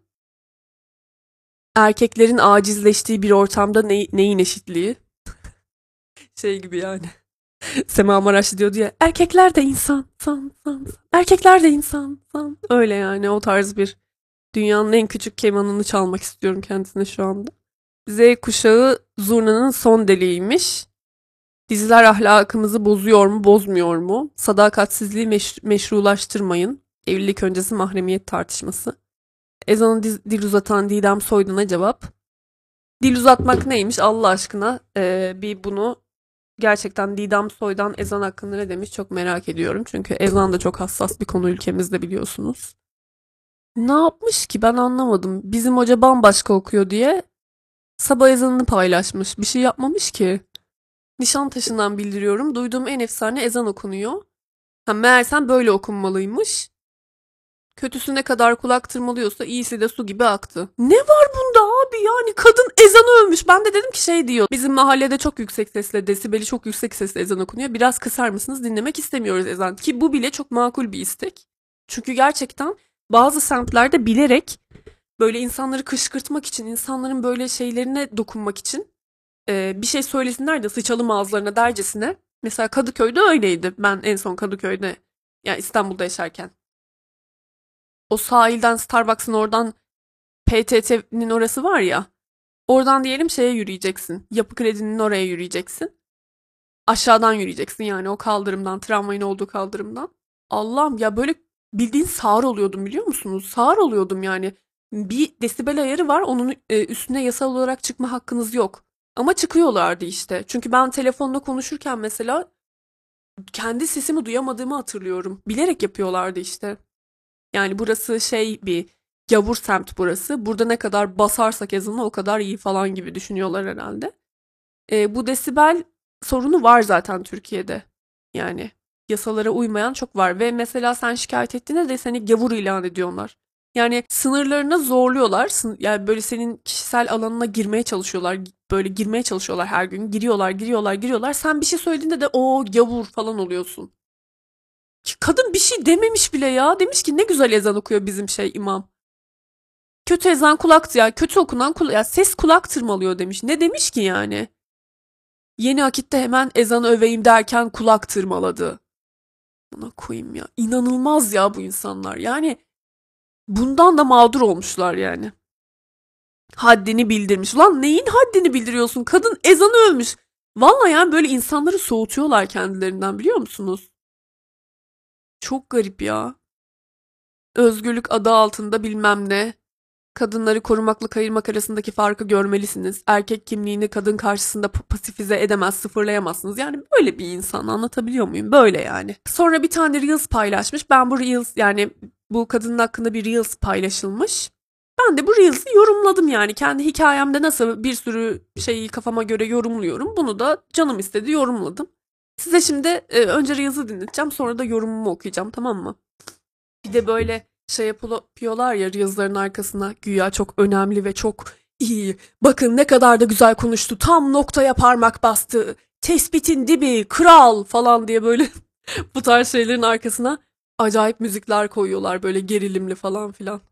Erkeklerin acizleştiği bir ortamda neyin eşitliği? Şey gibi yani. Sema Maraşlı diyordu ya, erkekler de insan, san. Erkekler de insan, san. Öyle yani, o tarz bir, dünyanın en küçük kemanını çalmak istiyorum kendisine şu anda. Z kuşağı zurnanın son deliğiymiş. Diziler ahlakımızı bozuyor mu, bozmuyor mu? Sadakatsizliği meşrulaştırmayın. Evlilik öncesi mahremiyet tartışması. Ezan'ın dil uzatan Didem Soydan'a cevap. Dil uzatmak neymiş Allah aşkına? Bir bunu gerçekten Didem Soydan ezan hakkında ne demiş çok merak ediyorum. Çünkü ezan da çok hassas bir konu ülkemizde, biliyorsunuz. Ne yapmış ki ben anlamadım. Bizim hoca bambaşka okuyor diye sabah ezanını paylaşmış. Bir şey yapmamış ki. Nişantaşı'ndan bildiriyorum. Duyduğum en efsane ezan okunuyor. Ha, meğersem böyle okunmalıymış. Kötüsü ne kadar kulak tırmalıyorsa iyisi de su gibi aktı. Ne var bunda abi, yani kadın ezanı övmüş. Ben de dedim ki şey diyor. Bizim mahallede çok yüksek sesle, desibeli çok yüksek sesle ezan okunuyor. Biraz kısar mısınız, dinlemek istemiyoruz ezan. Ki bu bile çok makul bir istek. Çünkü gerçekten bazı semtlerde bilerek böyle insanları kışkırtmak için, insanların böyle şeylerine dokunmak için bir şey söylesinler de sıçalım ağızlarına dercesine. Mesela Kadıköy'de öyleydi. Ben en son Kadıköy'de, yani İstanbul'da yaşarken. O sahilden, Starbucks'ın oradan, PTT'nin orası var ya. Oradan diyelim şeye yürüyeceksin. Yapı Kredi'nin oraya yürüyeceksin. Aşağıdan yürüyeceksin, yani o kaldırımdan, tramvayın olduğu kaldırımdan. Allah'ım ya, böyle bildiğin sağır oluyordum, biliyor musunuz? Sağır oluyordum yani. Bir desibel ayarı var, onun üstüne yasal olarak çıkma hakkınız yok. Ama çıkıyorlardı işte. Çünkü ben telefonla konuşurken mesela kendi sesimi duyamadığımı hatırlıyorum. Bilerek yapıyorlardı işte. Yani burası şey, bir gavur semt burası. Burada ne kadar basarsak ezanı o kadar iyi falan gibi düşünüyorlar herhalde. Bu desibel sorunu var zaten Türkiye'de. Yani yasalara uymayan çok var ve mesela sen şikayet ettiğinde de seni gavur ilan ediyorlar. Yani sınırlarına zorluyorlar. Yani böyle senin kişisel alanına girmeye çalışıyorlar. Böyle girmeye çalışıyorlar her gün. Giriyorlar. Sen bir şey söylediğinde de o gavur falan oluyorsun. Kadın bir şey dememiş bile ya. Demiş ki ne güzel ezan okuyor bizim şey imam. Kötü ezan kulak, ya kötü okunan kulak, ya ses kulak tırmalıyor demiş. Ne demiş ki yani? Yeni akitte hemen ezanı öveyim derken kulak tırmaladı. Buna koyayım ya. İnanılmaz ya bu insanlar. Yani bundan da mağdur olmuşlar yani. Haddini bildirmiş. Ulan neyin haddini bildiriyorsun? Kadın ezanı övmüş. Valla yani böyle insanları soğutuyorlar kendilerinden, biliyor musunuz? Çok garip ya. Özgürlük adı altında bilmem ne. Kadınları korumakla kayırmak arasındaki farkı görmelisiniz. Erkek kimliğini kadın karşısında pasifize edemez, sıfırlayamazsınız. Yani böyle bir insan, anlatabiliyor muyum? Böyle yani. Sonra bir tane Reels paylaşmış. Ben bu Reels, yani bu kadının hakkında bir Reels paylaşılmış. Ben de bu Reels'i yorumladım yani. Kendi hikayemde nasıl bir sürü şeyi kafama göre yorumluyorum. Bunu da canım istedi, yorumladım. Size şimdi önce Reels'i dinleteceğim, sonra da yorumumu okuyacağım, tamam mı? Bir de böyle şey yapıyorlar ya Reels'ların arkasına, güya çok önemli ve çok iyi. Bakın ne kadar da güzel konuştu. Tam noktaya parmak bastı. Tespitin dibi, kral falan diye böyle bu tarz şeylerin arkasına acayip müzikler koyuyorlar, böyle gerilimli falan filan.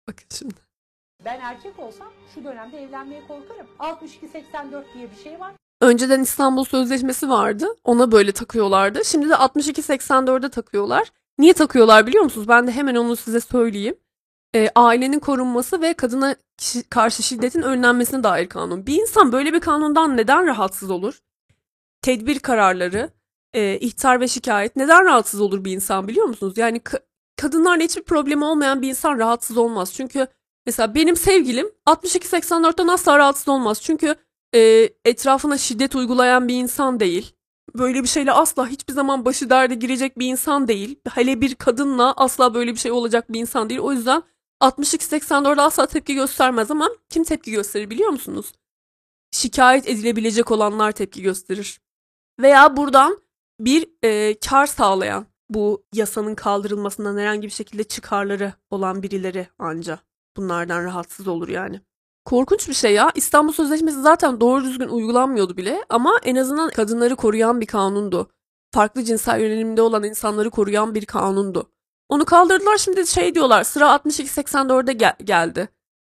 Bakın şimdi.
Ben erkek olsam şu dönemde evlenmeye korkarım. 62-84 diye bir şey var.
Önceden İstanbul Sözleşmesi vardı. Ona böyle takıyorlardı. Şimdi de 62-84'e takıyorlar. Niye takıyorlar biliyor musunuz? Ben de hemen onu size söyleyeyim. Ailenin korunması ve kadına karşı şiddetin önlenmesine dair kanun. Bir insan böyle bir kanundan neden rahatsız olur? Tedbir kararları, ihtar ve şikayet. Neden rahatsız olur bir insan biliyor musunuz? Yani kadınlarla hiçbir problemi olmayan bir insan rahatsız olmaz. Çünkü mesela benim sevgilim 62-84'ten asla rahatsız olmaz. Çünkü etrafına şiddet uygulayan bir insan değil. Böyle bir şeyle asla hiçbir zaman başı derde girecek bir insan değil. Hele bir kadınla asla böyle bir şey olacak bir insan değil. O yüzden 62-84'e asla tepki göstermez ama kim tepki gösterir biliyor musunuz? Şikayet edilebilecek olanlar tepki gösterir. Veya buradan bir kar sağlayan, bu yasanın kaldırılmasından herhangi bir şekilde çıkarları olan birileri anca bunlardan rahatsız olur yani. Korkunç bir şey ya. İstanbul Sözleşmesi zaten doğru düzgün uygulanmıyordu bile ama en azından kadınları koruyan bir kanundu. Farklı cinsel yönelimde olan insanları koruyan bir kanundu. Onu kaldırdılar, şimdi şey diyorlar, sıra 62-84'e geldi.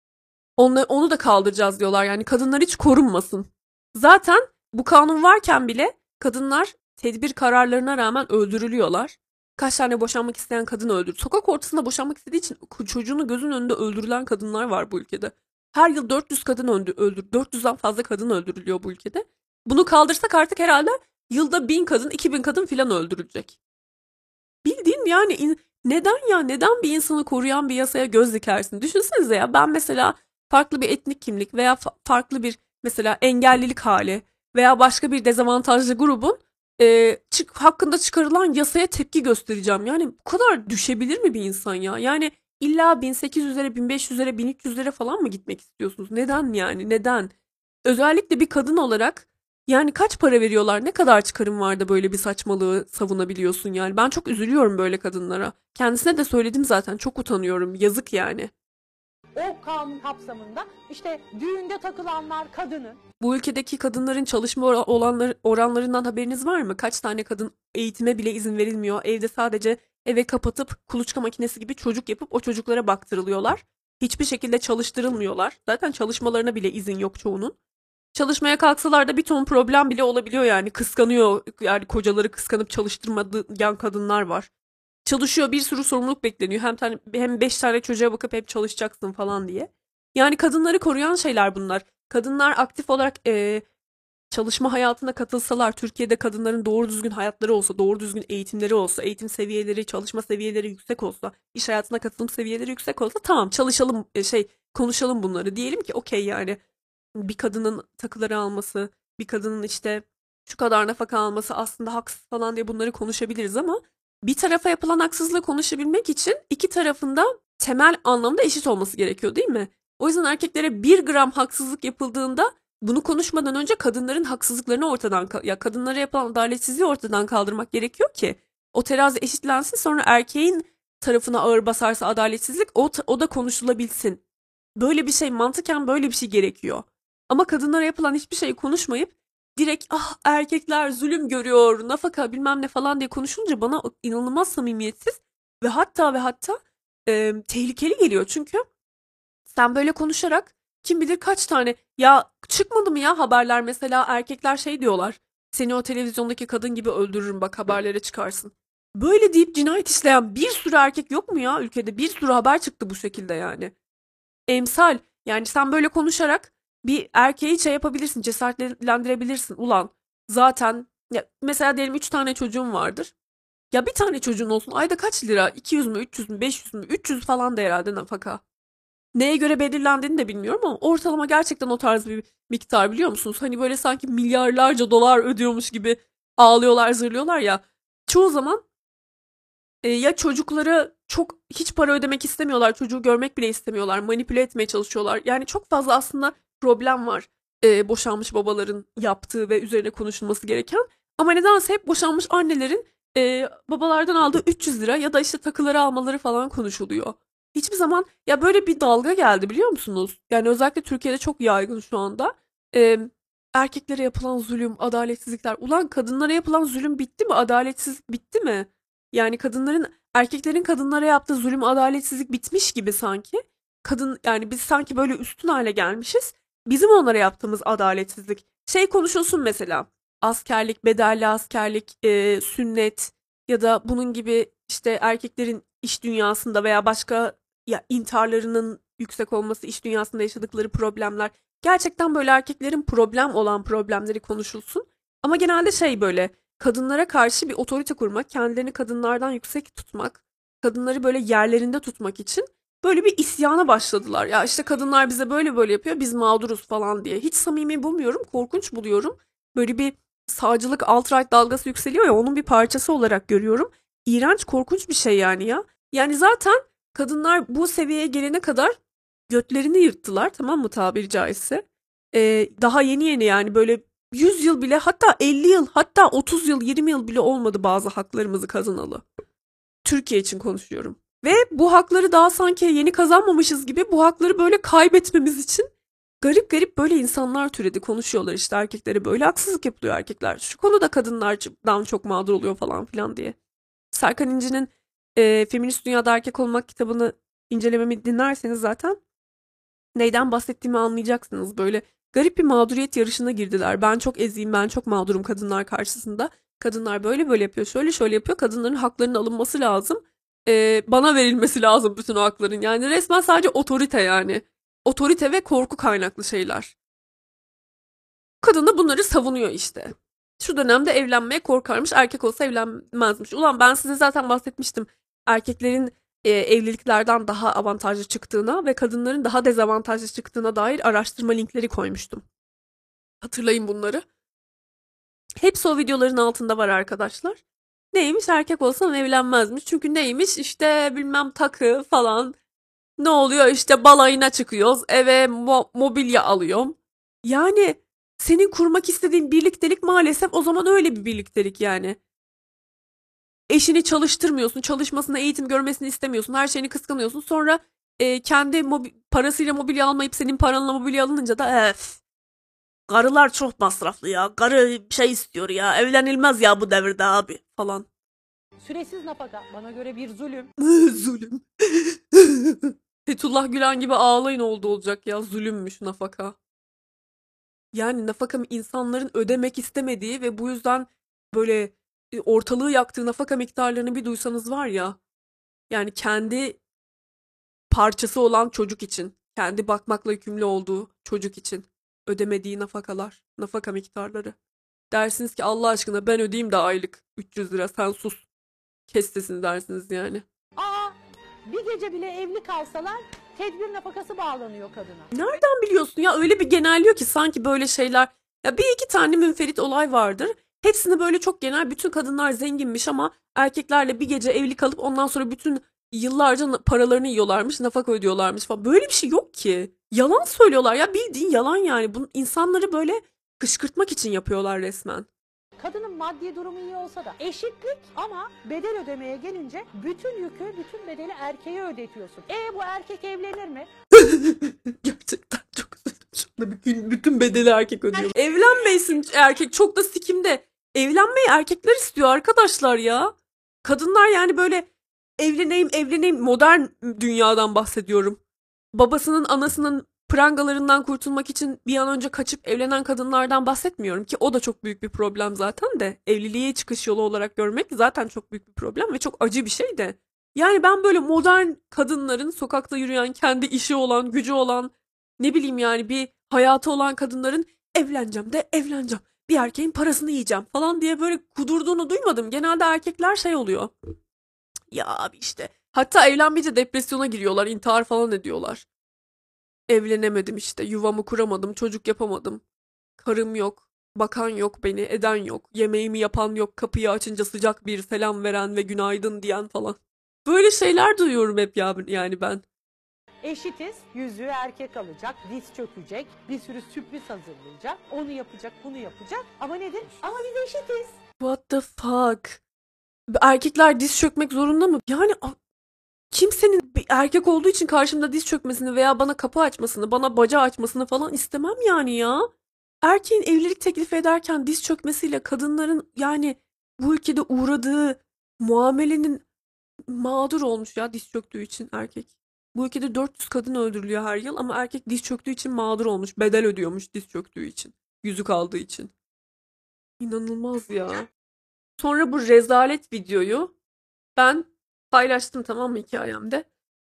Onu da kaldıracağız diyorlar, yani kadınlar hiç korunmasın. Zaten bu kanun varken bile kadınlar tedbir kararlarına rağmen öldürülüyorlar. Kaç tane boşanmak isteyen kadın öldür. Sokak ortasında boşanmak istediği için çocuğunu gözünün önünde öldürülen kadınlar var bu ülkede. Her yıl 400 kadın öldür. 400'den fazla kadın öldürülüyor bu ülkede. Bunu kaldırsak artık herhalde yılda 1000 kadın, 2000 kadın filan öldürülecek. Bildiğin yani neden bir insanı koruyan bir yasaya göz dikersin? Düşünsenize ya, ben mesela farklı bir etnik kimlik veya farklı bir mesela engellilik hali veya başka bir dezavantajlı grubun hakkında çıkarılan yasaya tepki göstereceğim. Yani bu kadar düşebilir mi bir insan ya? Yani illa 1800'lere, 1500'lere, 1300'lere falan mı gitmek istiyorsunuz? Neden yani? Neden? Özellikle bir kadın olarak yani kaç para veriyorlar? Ne kadar çıkarım var da böyle bir saçmalığı savunabiliyorsun yani? Ben çok üzülüyorum böyle kadınlara. Kendisine de söyledim zaten. Çok utanıyorum. Yazık yani.
O kanun kapsamında işte düğünde takılanlar kadının.
Bu ülkedeki kadınların çalışma oranlarından haberiniz var mı? Kaç tane kadın eğitime bile izin verilmiyor. Evde sadece eve kapatıp kuluçka makinesi gibi çocuk yapıp o çocuklara baktırılıyorlar. Hiçbir şekilde çalıştırılmıyorlar. Zaten çalışmalarına bile izin yok çoğunun. Çalışmaya kalksalar da bir ton problem bile olabiliyor yani. Kıskanıyor, yani kocaları kıskanıp çalıştırmayan kadınlar var. Çalışıyor, bir sürü sorumluluk bekleniyor. Hem 5 tane çocuğa bakıp hep çalışacaksın falan diye. Yani kadınları koruyan şeyler bunlar. Kadınlar aktif olarak çalışma hayatına katılsalar, Türkiye'de kadınların doğru düzgün hayatları olsa, doğru düzgün eğitimleri olsa, eğitim seviyeleri, çalışma seviyeleri yüksek olsa, iş hayatına katılım seviyeleri yüksek olsa tamam, çalışalım, konuşalım bunları. Diyelim ki okey yani bir kadının takıları alması, bir kadının işte şu kadar nafaka alması aslında haksız falan diye bunları konuşabiliriz ama bir tarafa yapılan haksızlığı konuşabilmek için iki tarafında temel anlamda eşit olması gerekiyor değil mi? O yüzden erkeklere 1 gram haksızlık yapıldığında bunu konuşmadan önce kadınların haksızlıklarını kadınlara yapılan adaletsizliği ortadan kaldırmak gerekiyor ki o terazi eşitlensin, sonra erkeğin tarafına ağır basarsa adaletsizlik o da konuşulabilsin. Böyle bir şey, mantıken böyle bir şey gerekiyor. Ama kadınlara yapılan hiçbir şeyi konuşmayıp direkt erkekler zulüm görüyor, nafaka bilmem ne falan diye konuşunca bana inanılmaz samimiyetsiz ve hatta tehlikeli geliyor. Çünkü sen böyle konuşarak kim bilir kaç tane ya çıkmadı mı ya haberler, mesela erkekler şey diyorlar, seni o televizyondaki kadın gibi öldürürüm bak haberlere çıkarsın. Böyle deyip cinayet işleyen bir sürü erkek yok mu ya ülkede? Bir sürü haber çıktı bu şekilde yani. Emsal, yani sen böyle konuşarak bir erkeği şey yapabilirsin, cesaretlendirebilirsin. Ulan zaten ya mesela diyelim 3 tane çocuğun vardır. Ya bir tane çocuğun olsun, ayda kaç lira? 200 mü, 300 mü, 500 mü? 300 falan da herhalde nafaka. Neye göre belirlendiğini de bilmiyorum ama ortalama gerçekten o tarz bir miktar, biliyor musunuz? Hani böyle sanki milyarlarca dolar ödüyormuş gibi ağlıyorlar, zırlıyorlar ya. Çoğu zaman ya çocuklara çok hiç para ödemek istemiyorlar, çocuğu görmek bile istemiyorlar, manipüle etmeye çalışıyorlar. Yani çok fazla aslında problem var boşanmış babaların yaptığı ve üzerine konuşulması gereken. Ama nedense hep boşanmış annelerin babalardan aldığı 300 lira ya da işte takıları almaları falan konuşuluyor. Hiçbir zaman ya böyle bir dalga geldi, biliyor musunuz? Yani özellikle Türkiye'de çok yaygın şu anda. E, Erkeklere yapılan zulüm, adaletsizlikler. Ulan kadınlara yapılan zulüm bitti mi? Adaletsizlik bitti mi? Yani erkeklerin kadınlara yaptığı zulüm, adaletsizlik bitmiş gibi sanki. kadın yani biz sanki böyle üstün hale gelmişiz. Bizim onlara yaptığımız adaletsizlik. Şey konuşulsun mesela. Askerlik, bedelli askerlik, sünnet ya da bunun gibi işte erkeklerin iş dünyasında veya başka ya intiharlarının yüksek olması, iş dünyasında yaşadıkları problemler. Gerçekten böyle erkeklerin problem olan problemleri konuşulsun. Ama genelde şey böyle kadınlara karşı bir otorite kurmak, kendilerini kadınlardan yüksek tutmak, kadınları böyle yerlerinde tutmak için böyle bir isyana başladılar. Ya işte kadınlar bize böyle böyle yapıyor, biz mağduruz falan diye. Hiç samimi bulmuyorum, korkunç buluyorum. Böyle bir sağcılık, alt-right dalgası yükseliyor ya onun bir parçası olarak görüyorum. İğrenç, korkunç bir şey yani ya. Yani zaten kadınlar bu seviyeye gelene kadar götlerini yırttılar, tamam mı, tabiri caizse. Daha yeni yeni yani böyle 100 yıl bile, hatta 50 yıl, hatta 30 yıl, 20 yıl bile olmadı bazı haklarımızı kazanalı. Türkiye için konuşuyorum. Ve bu hakları daha sanki yeni kazanmamışız gibi bu hakları böyle kaybetmemiz için garip garip böyle insanlar türedi, konuşuyorlar işte erkeklere böyle haksızlık yapılıyor, erkekler şu konuda kadınlardan çok mağdur oluyor falan filan diye. Serkan İnci'nin Feminist Dünyada Erkek Olmak kitabını incelememi dinlerseniz zaten neyden bahsettiğimi anlayacaksınız. Böyle garip bir mağduriyet yarışına girdiler. Ben çok eziyim, ben çok mağdurum kadınlar karşısında. Kadınlar böyle böyle yapıyor, şöyle şöyle yapıyor. Kadınların haklarının alınması lazım. Bana verilmesi lazım bütün o hakların. Yani resmen sadece otorite yani. Otorite ve korku kaynaklı şeyler. Kadın da bunları savunuyor işte. Şu dönemde evlenmeye korkarmış, erkek olsa evlenmezmiş. Ulan ben size zaten bahsetmiştim. Erkeklerin evliliklerden daha avantajlı çıktığına ve kadınların daha dezavantajlı çıktığına dair araştırma linkleri koymuştum. Hatırlayın bunları. Hepsi o videoların altında var arkadaşlar. Neymiş, erkek olsam evlenmezmiş. Çünkü neymiş işte bilmem takı falan. Ne oluyor işte balayına çıkıyoruz. Eve mobilya alıyorum. Yani senin kurmak istediğin birliktelik maalesef o zaman öyle bir birliktelik yani. Eşini çalıştırmıyorsun, çalışmasına, eğitim görmesini istemiyorsun, her şeyini kıskanıyorsun. Sonra kendi parasıyla mobilya almayıp senin paranla mobilya alınınca da karılar çok masraflı ya, karı şey istiyor ya, evlenilmez ya bu devirde abi falan.
Süresiz nafaka bana göre bir zulüm.
Zulüm. Fethullah Gülen gibi ağlayın olacak ya, zulümmüş nafaka. Yani nafaka insanların ödemek istemediği ve bu yüzden böyle ortalığı yaktığı nafaka miktarlarını bir duysanız var ya. Yani kendi parçası olan çocuk için, kendi bakmakla yükümlü olduğu çocuk için ödemediği nafakalar, nafaka miktarları. Dersiniz ki Allah aşkına ben ödeyeyim de aylık 300 lira, sen sus. Kes sesini dersiniz yani.
Aa, bir gece bile evli kalsalar tedbir nafakası bağlanıyor kadına.
Nereden biliyorsun ya, öyle bir genelliyor ki sanki böyle şeyler. Ya bir iki tane münferit olay vardır. Hepsini böyle çok genel, bütün kadınlar zenginmiş ama erkeklerle bir gece evli kalıp ondan sonra bütün yıllarca paralarını yiyorlarmış, nafaka ödüyorlarmış falan. Böyle bir şey yok ki. Yalan söylüyorlar ya, bildiğin yalan yani. Bunu insanları böyle kışkırtmak için yapıyorlar resmen.
Kadının maddi durumu iyi olsa da eşitlik, ama bedel ödemeye gelince bütün yükü, bütün bedeli erkeğe ödetiyorsun. Bu erkek evlenir mi?
Gerçekten çok üzüldüm. Şu anda bütün bedeli erkek ödüyor. Evlenmesin erkek, çok da sikimde. Evlenmeyi erkekler istiyor arkadaşlar ya. Kadınlar yani böyle evleneyim modern dünyadan bahsediyorum. Babasının anasının prangalarından kurtulmak için bir an önce kaçıp evlenen kadınlardan bahsetmiyorum ki o da çok büyük bir problem zaten de. Evliliğe çıkış yolu olarak görmek zaten çok büyük bir problem ve çok acı bir şey de. Yani ben böyle modern kadınların, sokakta yürüyen, kendi işi olan, gücü olan, ne bileyim yani bir hayatı olan kadınların evleneceğim de evleneceğim, bir erkeğin parasını yiyeceğim falan diye böyle kudurduğunu duymadım. Genelde erkekler şey oluyor. Ya abi işte. Hatta evlenmeyince depresyona giriyorlar, intihar falan ediyorlar. Evlenemedim işte, yuvamı kuramadım, çocuk yapamadım. Karım yok, bakan yok, beni eden yok, yemeğimi yapan yok, kapıyı açınca sıcak bir selam veren ve günaydın diyen falan. Böyle şeyler duyuyorum hep ya, yani ben.
Eşitiz, yüzüğü erkek alacak, diz çökecek, bir sürü sürpriz hazırlayacak, onu yapacak, bunu yapacak. Ama nedir? Ama biz eşitiz.
What the fuck? Erkekler diz çökmek zorunda mı? Yani kimsenin bir erkek olduğu için karşımda diz çökmesini veya bana kapı açmasını, bana bacağı açmasını falan istemem yani ya. Erkeğin evlilik teklifi ederken diz çökmesiyle kadınların yani bu ülkede uğradığı muamelenin mağdur olmuş ya diz çöktüğü için erkek. Bu ülkede 400 kadın öldürülüyor her yıl ama erkek diz çöktüğü için mağdur olmuş. Bedel ödüyormuş diz çöktüğü için. Yüzük aldığı için. İnanılmaz ya. Sonra bu rezalet videoyu ben paylaştım, tamam mı, hikayemde.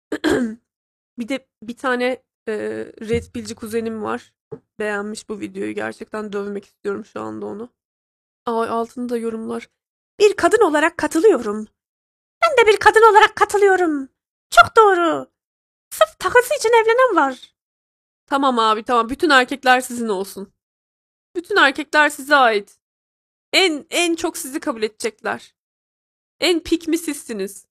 Bir de bir tane Red Pill'ci kuzenim var. Beğenmiş bu videoyu. Gerçekten dövmek istiyorum şu anda onu. Ay, altında yorumlar. Bir kadın olarak katılıyorum. Ben de bir kadın olarak katılıyorum. Çok doğru. Sırf takısı için evlenen var. Tamam abi, tamam. Bütün erkekler sizin olsun. Bütün erkekler size ait. En çok sizi kabul edecekler. En pick mi sizsiniz.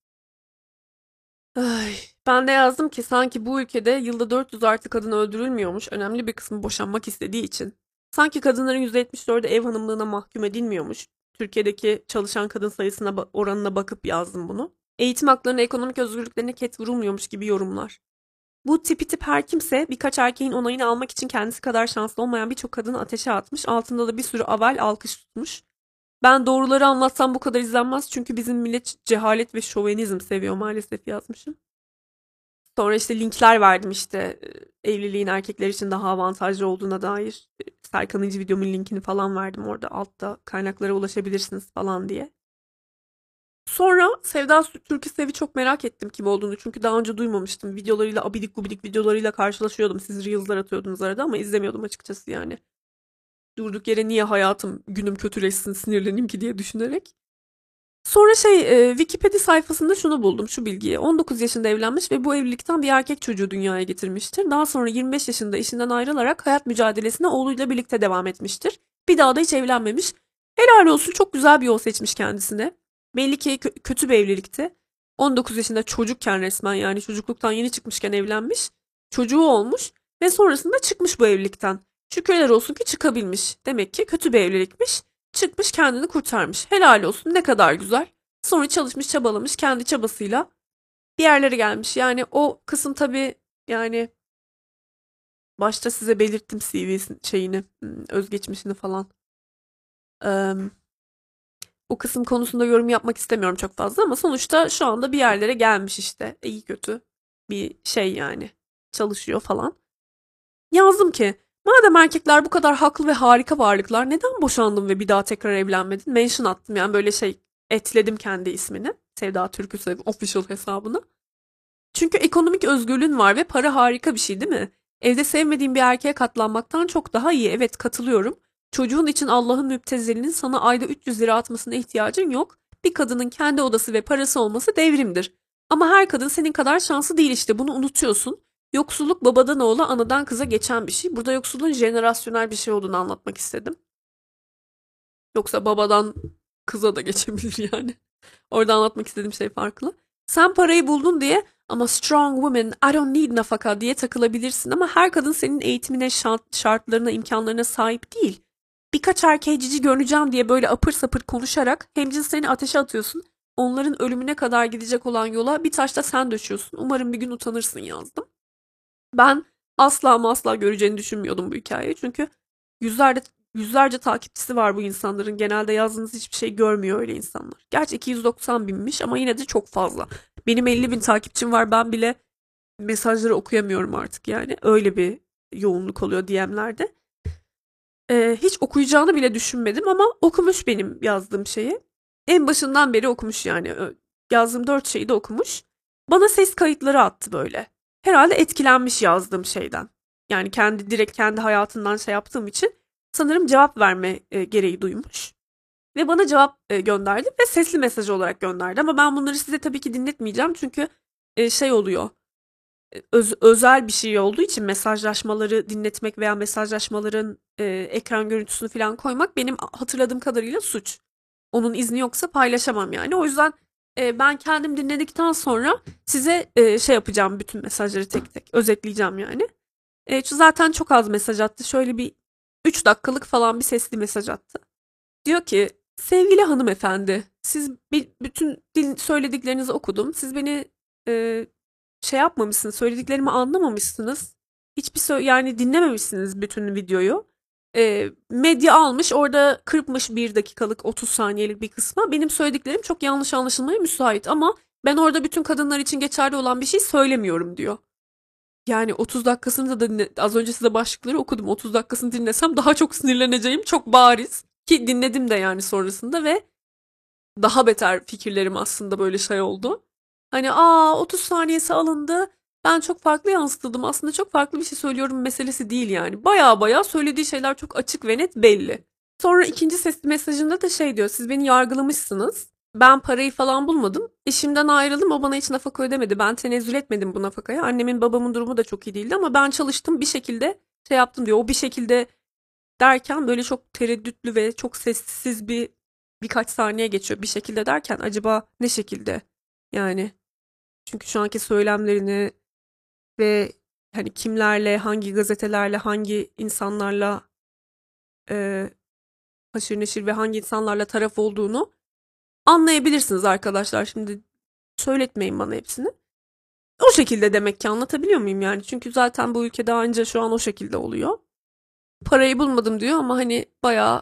Ay, ben de yazdım ki sanki bu ülkede yılda 400 artı kadın öldürülmüyormuş. Önemli bir kısmı boşanmak istediği için. Sanki kadınların %74'ü ev hanımlığına mahkum edilmiyormuş. Türkiye'deki çalışan kadın sayısına oranına bakıp yazdım bunu. Eğitim haklarına, ekonomik özgürlüklerine ket vurulmuyormuş gibi yorumlar. Bu tipi tip her kimse birkaç erkeğin onayını almak için kendisi kadar şanslı olmayan birçok kadını ateşe atmış. Altında da bir sürü avel alkış tutmuş. Ben doğruları anlatsam bu kadar izlenmez çünkü bizim millet cehalet ve şovenizm seviyor maalesef yazmışım. Sonra işte linkler verdim, işte evliliğin erkekler için daha avantajlı olduğuna dair. Serkan İnci videomun linkini falan verdim orada, altta kaynaklara ulaşabilirsiniz falan diye. Sonra Sevda Türküsev'i çok merak ettim kim olduğunu, çünkü daha önce duymamıştım. Videolarıyla, abidik gubidik videolarıyla karşılaşıyordum. Siz Reels'lar atıyordunuz arada ama izlemiyordum açıkçası yani. Durduk yere niye hayatım, günüm kötüleşsin, sinirleneyim ki diye düşünerek. Sonra Wikipedia sayfasında şunu buldum, şu bilgiyi. 19 yaşında evlenmiş ve bu evlilikten bir erkek çocuğu dünyaya getirmiştir. Daha sonra 25 yaşında eşinden ayrılarak hayat mücadelesine oğluyla birlikte devam etmiştir. Bir daha da hiç evlenmemiş. Helal olsun, çok güzel bir yol seçmiş kendisine. Belli ki kötü bir evlilikti. 19 yaşında çocukken, resmen yani çocukluktan yeni çıkmışken evlenmiş. Çocuğu olmuş ve sonrasında çıkmış bu evlilikten. Şükürler olsun ki çıkabilmiş. Demek ki kötü bir evlilikmiş. Çıkmış, kendini kurtarmış. Helal olsun, ne kadar güzel. Sonra çalışmış, çabalamış, kendi çabasıyla bir yerlere gelmiş. Yani o kısım tabii, yani başta size belirttim CV'sini, özgeçmişini falan. Eee, O kısım konusunda yorum yapmak istemiyorum çok fazla ama sonuçta şu anda bir yerlere gelmiş işte. İyi kötü bir şey yani. Çalışıyor falan. Yazdım ki madem erkekler bu kadar haklı ve harika varlıklar, neden boşandın ve bir daha tekrar evlenmedin? Mention attım, yani böyle etledim kendi ismini. Sevda Türküsev official hesabına. Çünkü ekonomik özgürlüğün var ve para harika bir şey, değil mi? Evde sevmediğin bir erkeğe katlanmaktan çok daha iyi. Evet, katılıyorum. Çocuğun için Allah'ın müptezelinin sana ayda 300 lira atmasına ihtiyacın yok. Bir kadının kendi odası ve parası olması devrimdir. Ama her kadın senin kadar şanslı değil, işte bunu unutuyorsun. Yoksulluk babadan oğula, anadan kıza geçen bir şey. Burada yoksulluğun jenerasyonel bir şey olduğunu anlatmak istedim. Yoksa babadan kıza da geçebilir yani. Orada anlatmak istediğim şey farklı. Sen parayı buldun diye ama strong woman, I don't need nafaka diye takılabilirsin ama her kadın senin eğitimine, şartlarına, imkanlarına sahip değil. Birkaç erkeği cici görüneceğim diye böyle apır sapır konuşarak hemcinslerini ateşe atıyorsun. Onların ölümüne kadar gidecek olan yola bir taş da sen döşüyorsun. Umarım bir gün utanırsın yazdım. Ben asla ama asla göreceğini düşünmüyordum bu hikayeyi. Çünkü yüzlerce takipçisi var bu insanların. Genelde yazdığınız hiçbir şey görmüyor öyle insanlar. Gerçi 290 binmiş ama yine de çok fazla. Benim 50 bin takipçim var. Ben bile mesajları okuyamıyorum artık yani. Öyle bir yoğunluk oluyor DM'lerde. Hiç okuyacağını bile düşünmedim ama okumuş benim yazdığım şeyi. En başından beri okumuş yani. Yazdığım 4 şeyi de okumuş. Bana ses kayıtları attı böyle. Herhalde etkilenmiş yazdığım şeyden. Yani direkt kendi hayatından şey yaptığım için sanırım cevap verme gereği duymuş. Ve bana cevap gönderdi ve sesli mesaj olarak gönderdi. Ama ben bunları size tabii ki dinletmeyeceğim çünkü şey oluyor. Özel bir şey olduğu için mesajlaşmaları dinletmek veya mesajlaşmaların ekran görüntüsünü falan koymak benim hatırladığım kadarıyla suç. Onun izni yoksa paylaşamam yani. O yüzden ben kendim dinledikten sonra size şey yapacağım, bütün mesajları tek tek özetleyeceğim yani. Zaten çok az mesaj attı. Şöyle bir 3 dakikalık falan bir sesli mesaj attı. Diyor ki, sevgili hanımefendi, siz bütün söylediklerinizi okudum. Siz beni şey yapmamışsınız, söylediklerimi anlamamışsınız. Yani dinlememişsiniz bütün videoyu. Medya almış, orada kırpmış 1 dakikalık 30 saniyelik bir kısma. Benim söylediklerim çok yanlış anlaşılmaya müsait ama ben orada bütün kadınlar için geçerli olan bir şey söylemiyorum diyor. Yani 30 dakikasını da az önce size başlıkları okudum. 30 dakikasını dinlesem daha çok sinirleneceğim çok bariz. Ki dinledim de yani sonrasında ve daha beter fikirlerim aslında böyle şey oldu. Hani 30 saniyesi alındı. Ben çok farklı yansıtıldım. Aslında çok farklı bir şey söylüyorum meselesi değil yani. Baya baya söylediği şeyler çok açık ve net belli. Sonra ikinci sesli mesajında da şey diyor. Siz beni yargılamışsınız. Ben parayı falan bulmadım. Eşimden ayrıldım. O bana hiç nafaka ödemedi. Ben tenezzül etmedim bu nafakaya. Annemin babamın durumu da çok iyi değildi ama ben çalıştım bir şekilde şey yaptım diyor. O bir şekilde derken böyle çok tereddütlü ve çok sessiz birkaç saniye geçiyor. Bir şekilde derken acaba ne şekilde? Yani çünkü şu anki söylemlerini ve hani kimlerle, hangi gazetelerle, hangi insanlarla e, haşır neşir ve hangi insanlarla taraf olduğunu anlayabilirsiniz arkadaşlar. Şimdi söyletmeyin bana hepsini. O şekilde demek ki anlatabiliyor muyum yani? Çünkü zaten bu ülkede anca şu an o şekilde oluyor. Parayı bulmadım diyor ama hani bayağı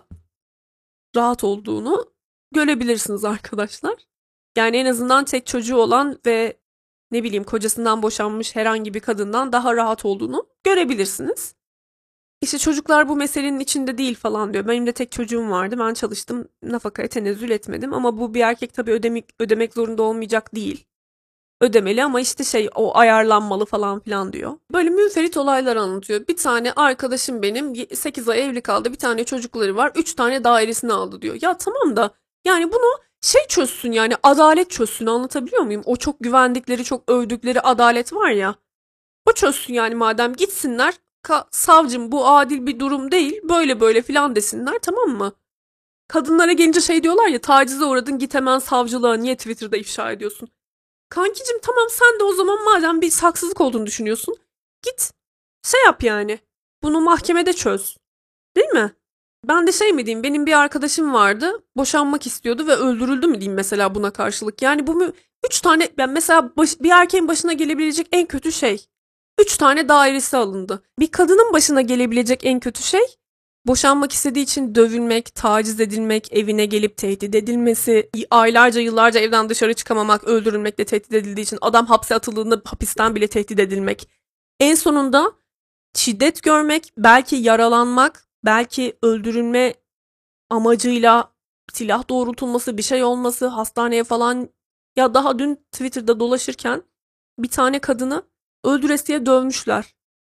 rahat olduğunu görebilirsiniz arkadaşlar. Yani en azından tek çocuğu olan ve ne bileyim kocasından boşanmış herhangi bir kadından daha rahat olduğunu görebilirsiniz. İşte çocuklar bu meselenin içinde değil falan diyor. Benim de tek çocuğum vardı. Ben çalıştım. Nafakaya tenezzül etmedim. Ama bu bir erkek tabii ödemek zorunda olmayacak değil. Ödemeli ama işte şey o ayarlanmalı falan filan diyor. Böyle münferit olaylar anlatıyor. Bir tane arkadaşım benim 8 ay evli kaldı. Bir tane çocukları var. 3 tane dairesini aldı diyor. Ya tamam da yani bunu şey çözsün yani adalet çözsün anlatabiliyor muyum? O çok güvendikleri çok övdükleri adalet var ya. O çözsün yani madem gitsinler savcım bu adil bir durum değil böyle böyle filan desinler tamam mı? Kadınlara gelince şey diyorlar ya tacize uğradın git hemen savcılığa niye Twitter'da ifşa ediyorsun? Kankicim tamam sen de o zaman madem bir haksızlık olduğunu düşünüyorsun git şey yap yani bunu mahkemede çöz değil mi? Ben de şey mi diyeyim benim bir arkadaşım vardı boşanmak istiyordu ve öldürüldü mü diyeyim mesela buna karşılık. Yani bu 3 tane ben mesela bir erkeğin başına gelebilecek en kötü şey 3 tane dairesi alındı. Bir kadının başına gelebilecek en kötü şey boşanmak istediği için dövülmek, taciz edilmek, evine gelip tehdit edilmesi, aylarca yıllarca evden dışarı çıkamamak, öldürülmekle tehdit edildiği için adam hapse atıldığında hapisten bile tehdit edilmek. En sonunda şiddet görmek, belki yaralanmak, belki öldürülme amacıyla silah doğrultulması, bir şey olması, hastaneye falan ya daha dün Twitter'da dolaşırken bir tane kadını öldüresiye dövmüşler.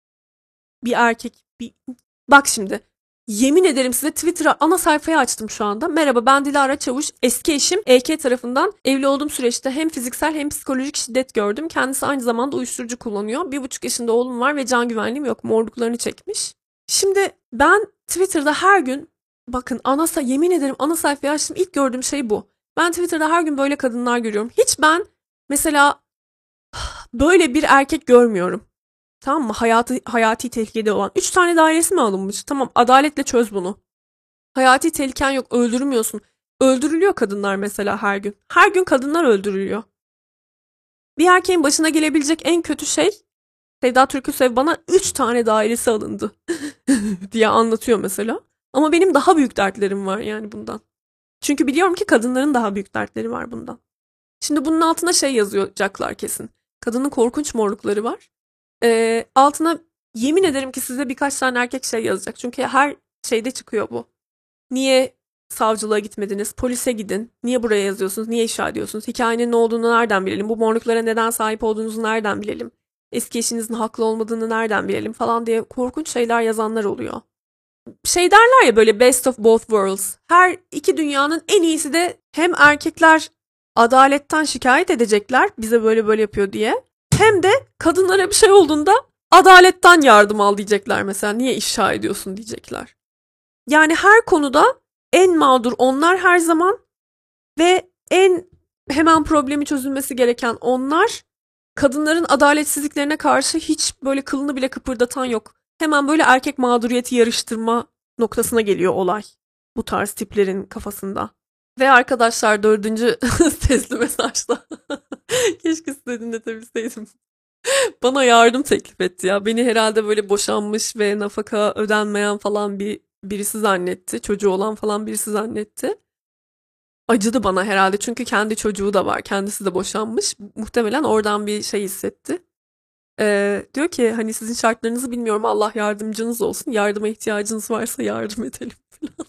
Bir erkek. Bak şimdi. Yemin ederim size Twitter'a ana sayfayı açtım şu anda. Merhaba ben Dilara Çavuş. Eski eşim EK tarafından evli olduğum süreçte hem fiziksel hem psikolojik şiddet gördüm. Kendisi aynı zamanda uyuşturucu kullanıyor. 1,5 yaşında oğlum var ve can güvenliğim yok. Morluklarını çekmiş. Şimdi ben Twitter'da her gün bakın yemin ederim ana sayfayı açtım. İlk gördüğüm şey bu. Ben Twitter'da her gün böyle kadınlar görüyorum. Hiç ben mesela böyle bir erkek görmüyorum. Tamam mı? Hayati tehlikede olan. 3 tane dairesi mi alınmış? Tamam adaletle çöz bunu. Hayati tehliken yok öldürmüyorsun. Öldürülüyor kadınlar mesela her gün. Her gün kadınlar öldürülüyor. Bir erkeğin başına gelebilecek en kötü şey Sevda Türküsev bana 3 tane dairesi alındı diye anlatıyor mesela. Ama benim daha büyük dertlerim var yani bundan. Çünkü biliyorum ki kadınların daha büyük dertleri var bundan. Şimdi bunun altına şey yazacaklar kesin. Kadının korkunç morlukları var. Altına yemin ederim ki size birkaç tane erkek şey yazacak. Çünkü her şeyde çıkıyor bu. Niye savcılığa gitmediniz? Polise gidin. Niye buraya yazıyorsunuz? Niye ifşa ediyorsunuz? Hikayenin ne olduğunu nereden bilelim? Bu morluklara neden sahip olduğunuzu nereden bilelim? Eski eşinizin haklı olmadığını nereden bilelim falan diye korkunç şeyler yazanlar oluyor. Şey derler ya böyle best of both worlds. Her iki dünyanın en iyisi de hem erkekler adaletten şikayet edecekler bize böyle böyle yapıyor diye. Hem de kadınlara bir şey olduğunda adaletten yardım al diyecekler mesela. Niye ifşa ediyorsun diyecekler. Yani her konuda en mağdur onlar her zaman ve en hemen problemi çözülmesi gereken onlar. Kadınların adaletsizliklerine karşı hiç böyle kılını bile kıpırdatan yok. Hemen böyle erkek mağduriyeti yarıştırma noktasına geliyor olay. Bu tarz tiplerin kafasında. Ve arkadaşlar 4. sesli mesajda. Keşke size dinletebilseydim. Bana yardım teklif etti ya. Beni herhalde böyle boşanmış ve nafaka ödenmeyen falan birisi zannetti. Çocuğu olan falan birisi zannetti. Acıdı bana herhalde çünkü kendi çocuğu da var. Kendisi de boşanmış. Muhtemelen oradan bir şey hissetti. Diyor ki hani sizin şartlarınızı bilmiyorum, Allah yardımcınız olsun. Yardıma ihtiyacınız varsa yardım edelim falan.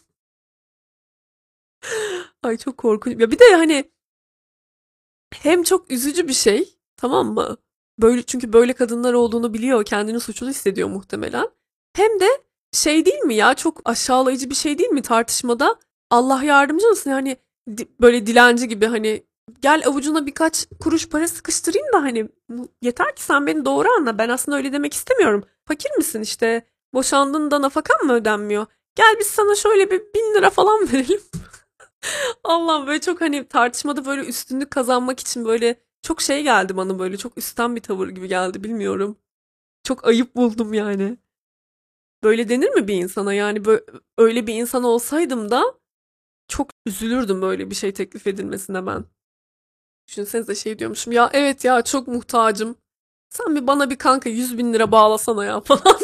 Ay çok korkunç. Ya bir de hani hem çok üzücü bir şey, tamam mı? Böyle, çünkü böyle kadınlar olduğunu biliyor, kendini suçlu hissediyor muhtemelen. Hem de şey değil mi ya, çok aşağılayıcı bir şey değil mi tartışmada? Allah yardımcı olsun yani, böyle dilenci gibi hani, gel avucuna birkaç kuruş para sıkıştırayım da hani yeter ki sen beni doğru anla. Ben aslında öyle demek istemiyorum. Fakir misin işte, boşandın da nafakan mı ödenmiyor? Gel biz sana şöyle bir 1.000 lira falan verelim. Allah'ım, böyle çok hani tartışmada böyle üstünlük kazanmak için böyle çok şey geldi bana, böyle çok üstten bir tavır gibi geldi, bilmiyorum. Çok ayıp buldum yani. Böyle denir mi bir insana yani, böyle, öyle bir insan olsaydım da çok üzülürdüm böyle bir şey teklif edilmesine ben. Düşünsenize şey diyormuşum ya, evet ya çok muhtacım. Sen bir bana bir kanka 100.000 lira bağlasana ya falan.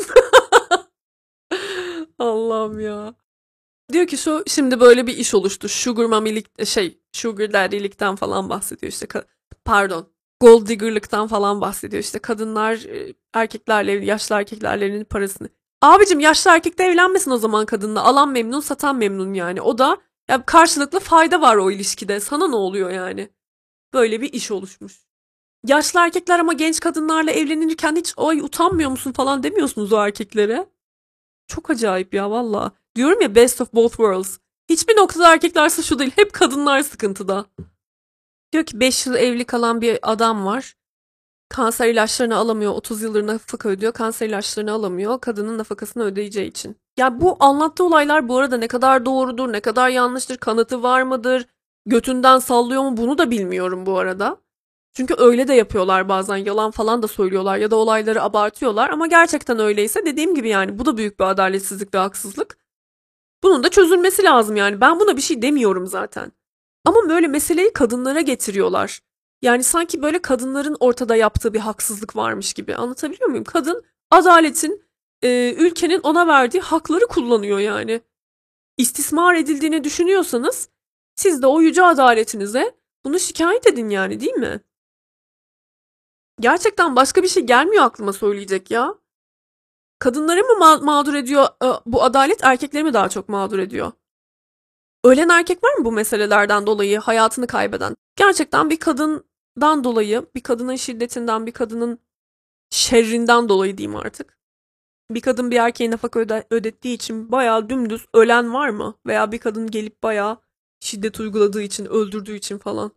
Allah'ım ya. Diyor ki şu şimdi böyle bir iş oluştu. Sugar mamilik sugar daddy'likten falan bahsediyor işte. Pardon. Gold digger'lıktan falan bahsediyor. İşte kadınlar erkeklerle, yaşlı erkeklerle evlenip parasını. Abicim, yaşlı erkek de evlenmesin o zaman kadınla. Alan memnun, satan memnun yani. O da ya, karşılıklı fayda var o ilişkide. Sana ne oluyor yani? Böyle bir iş oluşmuş. Yaşlı erkekler ama genç kadınlarla evlenirken hiç ay utanmıyor musun falan demiyorsunuz o erkeklere. Çok acayip ya valla. Diyorum ya, best of both worlds. Hiçbir noktada erkekler suçlu değil. Hep kadınlar sıkıntıda. Diyor ki 5 yıl evli kalan bir adam var. Kanser ilaçlarını alamıyor. 30 yıldır nafaka ödüyor. Kanser ilaçlarını alamıyor. Kadının nafakasını ödeyeceği için. Ya bu anlattığı olaylar bu arada ne kadar doğrudur, ne kadar yanlıştır, kanıtı var mıdır, götünden sallıyor mu, bunu da bilmiyorum bu arada. Çünkü öyle de yapıyorlar bazen, yalan falan da söylüyorlar ya da olayları abartıyorlar, ama gerçekten öyleyse dediğim gibi yani bu da büyük bir adaletsizlik ve haksızlık. Bunun da çözülmesi lazım yani. Ben buna bir şey demiyorum zaten. Ama böyle meseleyi kadınlara getiriyorlar. Yani sanki böyle kadınların ortada yaptığı bir haksızlık varmış gibi. Anlatabiliyor muyum? Kadın adaletin, ülkenin ona verdiği hakları kullanıyor yani. İstismar edildiğini düşünüyorsanız siz de o yüce adaletinize bunu şikayet edin yani, değil mi? Gerçekten başka bir şey gelmiyor aklıma söyleyecek ya. Kadınları mı mağdur ediyor bu adalet, erkekleri mi daha çok mağdur ediyor? Ölen erkek var mı bu meselelerden dolayı hayatını kaybeden? Gerçekten bir kadından dolayı, bir kadının şiddetinden, bir kadının şerrinden dolayı diyeyim artık. Bir kadın bir erkeğe nafaka ödettiği için bayağı dümdüz ölen var mı? Veya bir kadın gelip bayağı şiddet uyguladığı için, öldürdüğü için falan.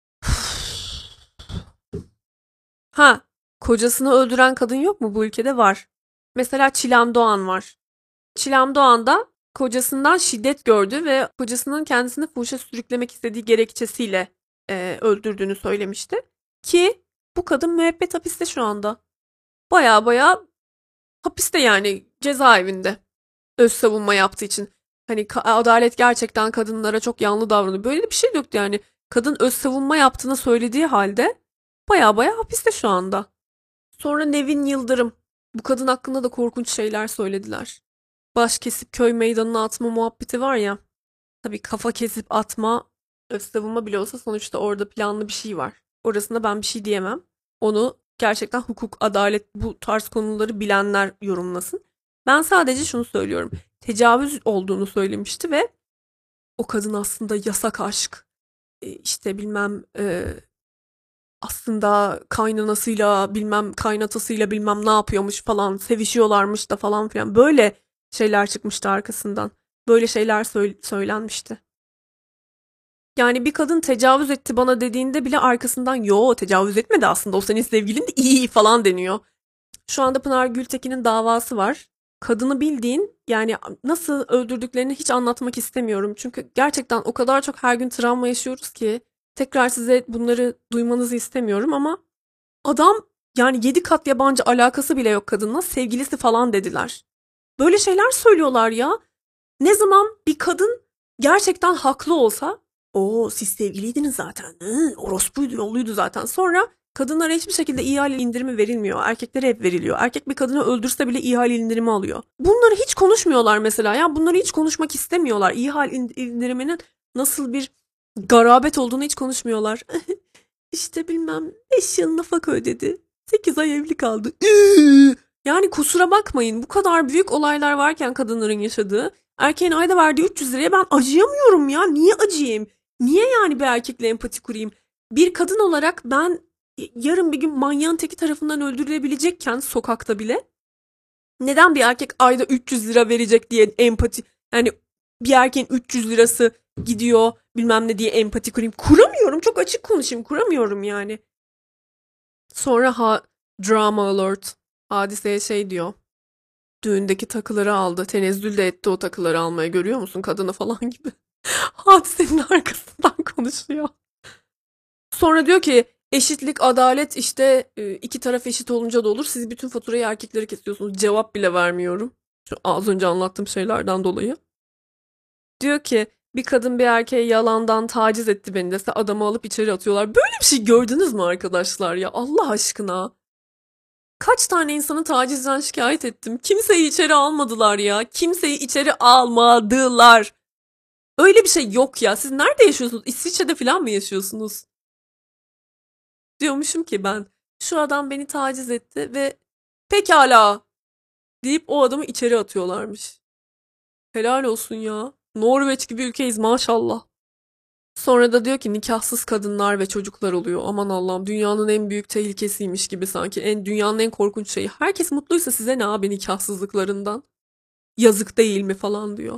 Ha, kocasını öldüren kadın yok mu bu ülkede? Var. Mesela Çilem Doğan var. Çilem Doğan da kocasından şiddet gördü ve kocasının kendisini fuhuşa sürüklemek istediği gerekçesiyle öldürdüğünü söylemişti. Ki bu kadın müebbet hapiste şu anda. Baya baya hapiste yani, cezaevinde. Öz savunma yaptığı için. Hani adalet gerçekten kadınlara çok yanlı davranıyor. Böyle bir şey yoktu yani. Kadın öz savunma yaptığını söylediği halde baya baya hapiste şu anda. Sonra Nevin Yıldırım. Bu kadın hakkında da korkunç şeyler söylediler. Baş kesip köy meydanına atma muhabbeti var ya. Tabii kafa kesip atma, öz savunma bile olsa sonuçta orada planlı bir şey var. Orasında ben bir şey diyemem. Onu gerçekten hukuk, adalet, bu tarz konuları bilenler yorumlasın. Ben sadece şunu söylüyorum. Tecavüz olduğunu söylemişti ve o kadın aslında yasak aşk, işte bilmem aslında kaynanasıyla bilmem kaynatasıyla bilmem ne yapıyormuş falan, sevişiyorlarmış da falan filan, böyle şeyler çıkmıştı arkasından. Böyle şeyler söylenmişti. Yani bir kadın tecavüz etti bana dediğinde bile arkasından yo tecavüz etmedi aslında, o senin sevgilin de iyi falan deniyor. Şu anda Pınar Gültekin'in davası var. Kadını bildiğin yani nasıl öldürdüklerini hiç anlatmak istemiyorum. Çünkü gerçekten o kadar çok her gün travma yaşıyoruz ki tekrar size bunları duymanızı istemiyorum, ama adam yani 7 kat yabancı, alakası bile yok kadınla, sevgilisi falan dediler. Böyle şeyler söylüyorlar ya. Ne zaman bir kadın gerçekten haklı olsa, o siz sevgiliydiniz zaten, orospuydu, yolluydu zaten. Sonra kadınlara hiçbir şekilde ihale indirimi verilmiyor. Erkeklere hep veriliyor. Erkek bir kadını öldürse bile ihale indirimi alıyor. Bunları hiç konuşmuyorlar mesela. Ya bunları hiç konuşmak istemiyorlar. İhale indiriminin nasıl bir garabet olduğunu hiç konuşmuyorlar. İşte bilmem 5 yıl nafaka ödedi. 8 ay evli kaldı. Yani kusura bakmayın, bu kadar büyük olaylar varken kadınların yaşadığı, erkeğin ayda verdiği 300 liraya ben acıyamıyorum ya. Niye acıyayım? Niye yani bir erkekle empati kurayım? Bir kadın olarak ben yarın bir gün manyağın teki tarafından öldürülebilecekken sokakta bile neden bir erkek ayda 300 lira verecek diye empati, yani bir erkeğin 300 lirası gidiyor bilmem ne diye empati kurayım. Kuramıyorum, çok açık konuşayım, kuramıyorum yani. Sonra drama alert, Hadise'ye şey diyor. Düğündeki takıları aldı. Tenezzül de etti o takıları almaya, görüyor musun kadını falan gibi. Hadisenin arkasından konuşuyor. Sonra diyor ki eşitlik, adalet işte iki taraf eşit olunca da olur. Siz bütün faturayı erkekleri kesiyorsunuz. Cevap bile vermiyorum. Şu az önce anlattığım şeylerden dolayı. Diyor ki bir kadın bir erkeğe yalandan taciz etti beni dese adamı alıp içeri atıyorlar. Böyle bir şey gördünüz mü arkadaşlar ya, Allah aşkına? Kaç tane insanı tacizden şikayet ettim. Kimseyi içeri almadılar ya. Kimseyi içeri almadılar. Öyle bir şey yok ya. Siz nerede yaşıyorsunuz? İsviçre'de falan mı yaşıyorsunuz? Diyormuşum ki ben, şu adam beni taciz etti ve pekala deyip o adamı içeri atıyorlarmış. Helal olsun ya. Norveç gibi ülkeyiz maşallah. Sonra da diyor ki nikahsız kadınlar ve çocuklar oluyor. Aman Allah'ım, dünyanın en büyük tehlikesiymiş gibi sanki. Dünyanın en korkunç şeyi. Herkes mutluysa size ne abi nikahsızlıklarından? Yazık değil mi falan diyor.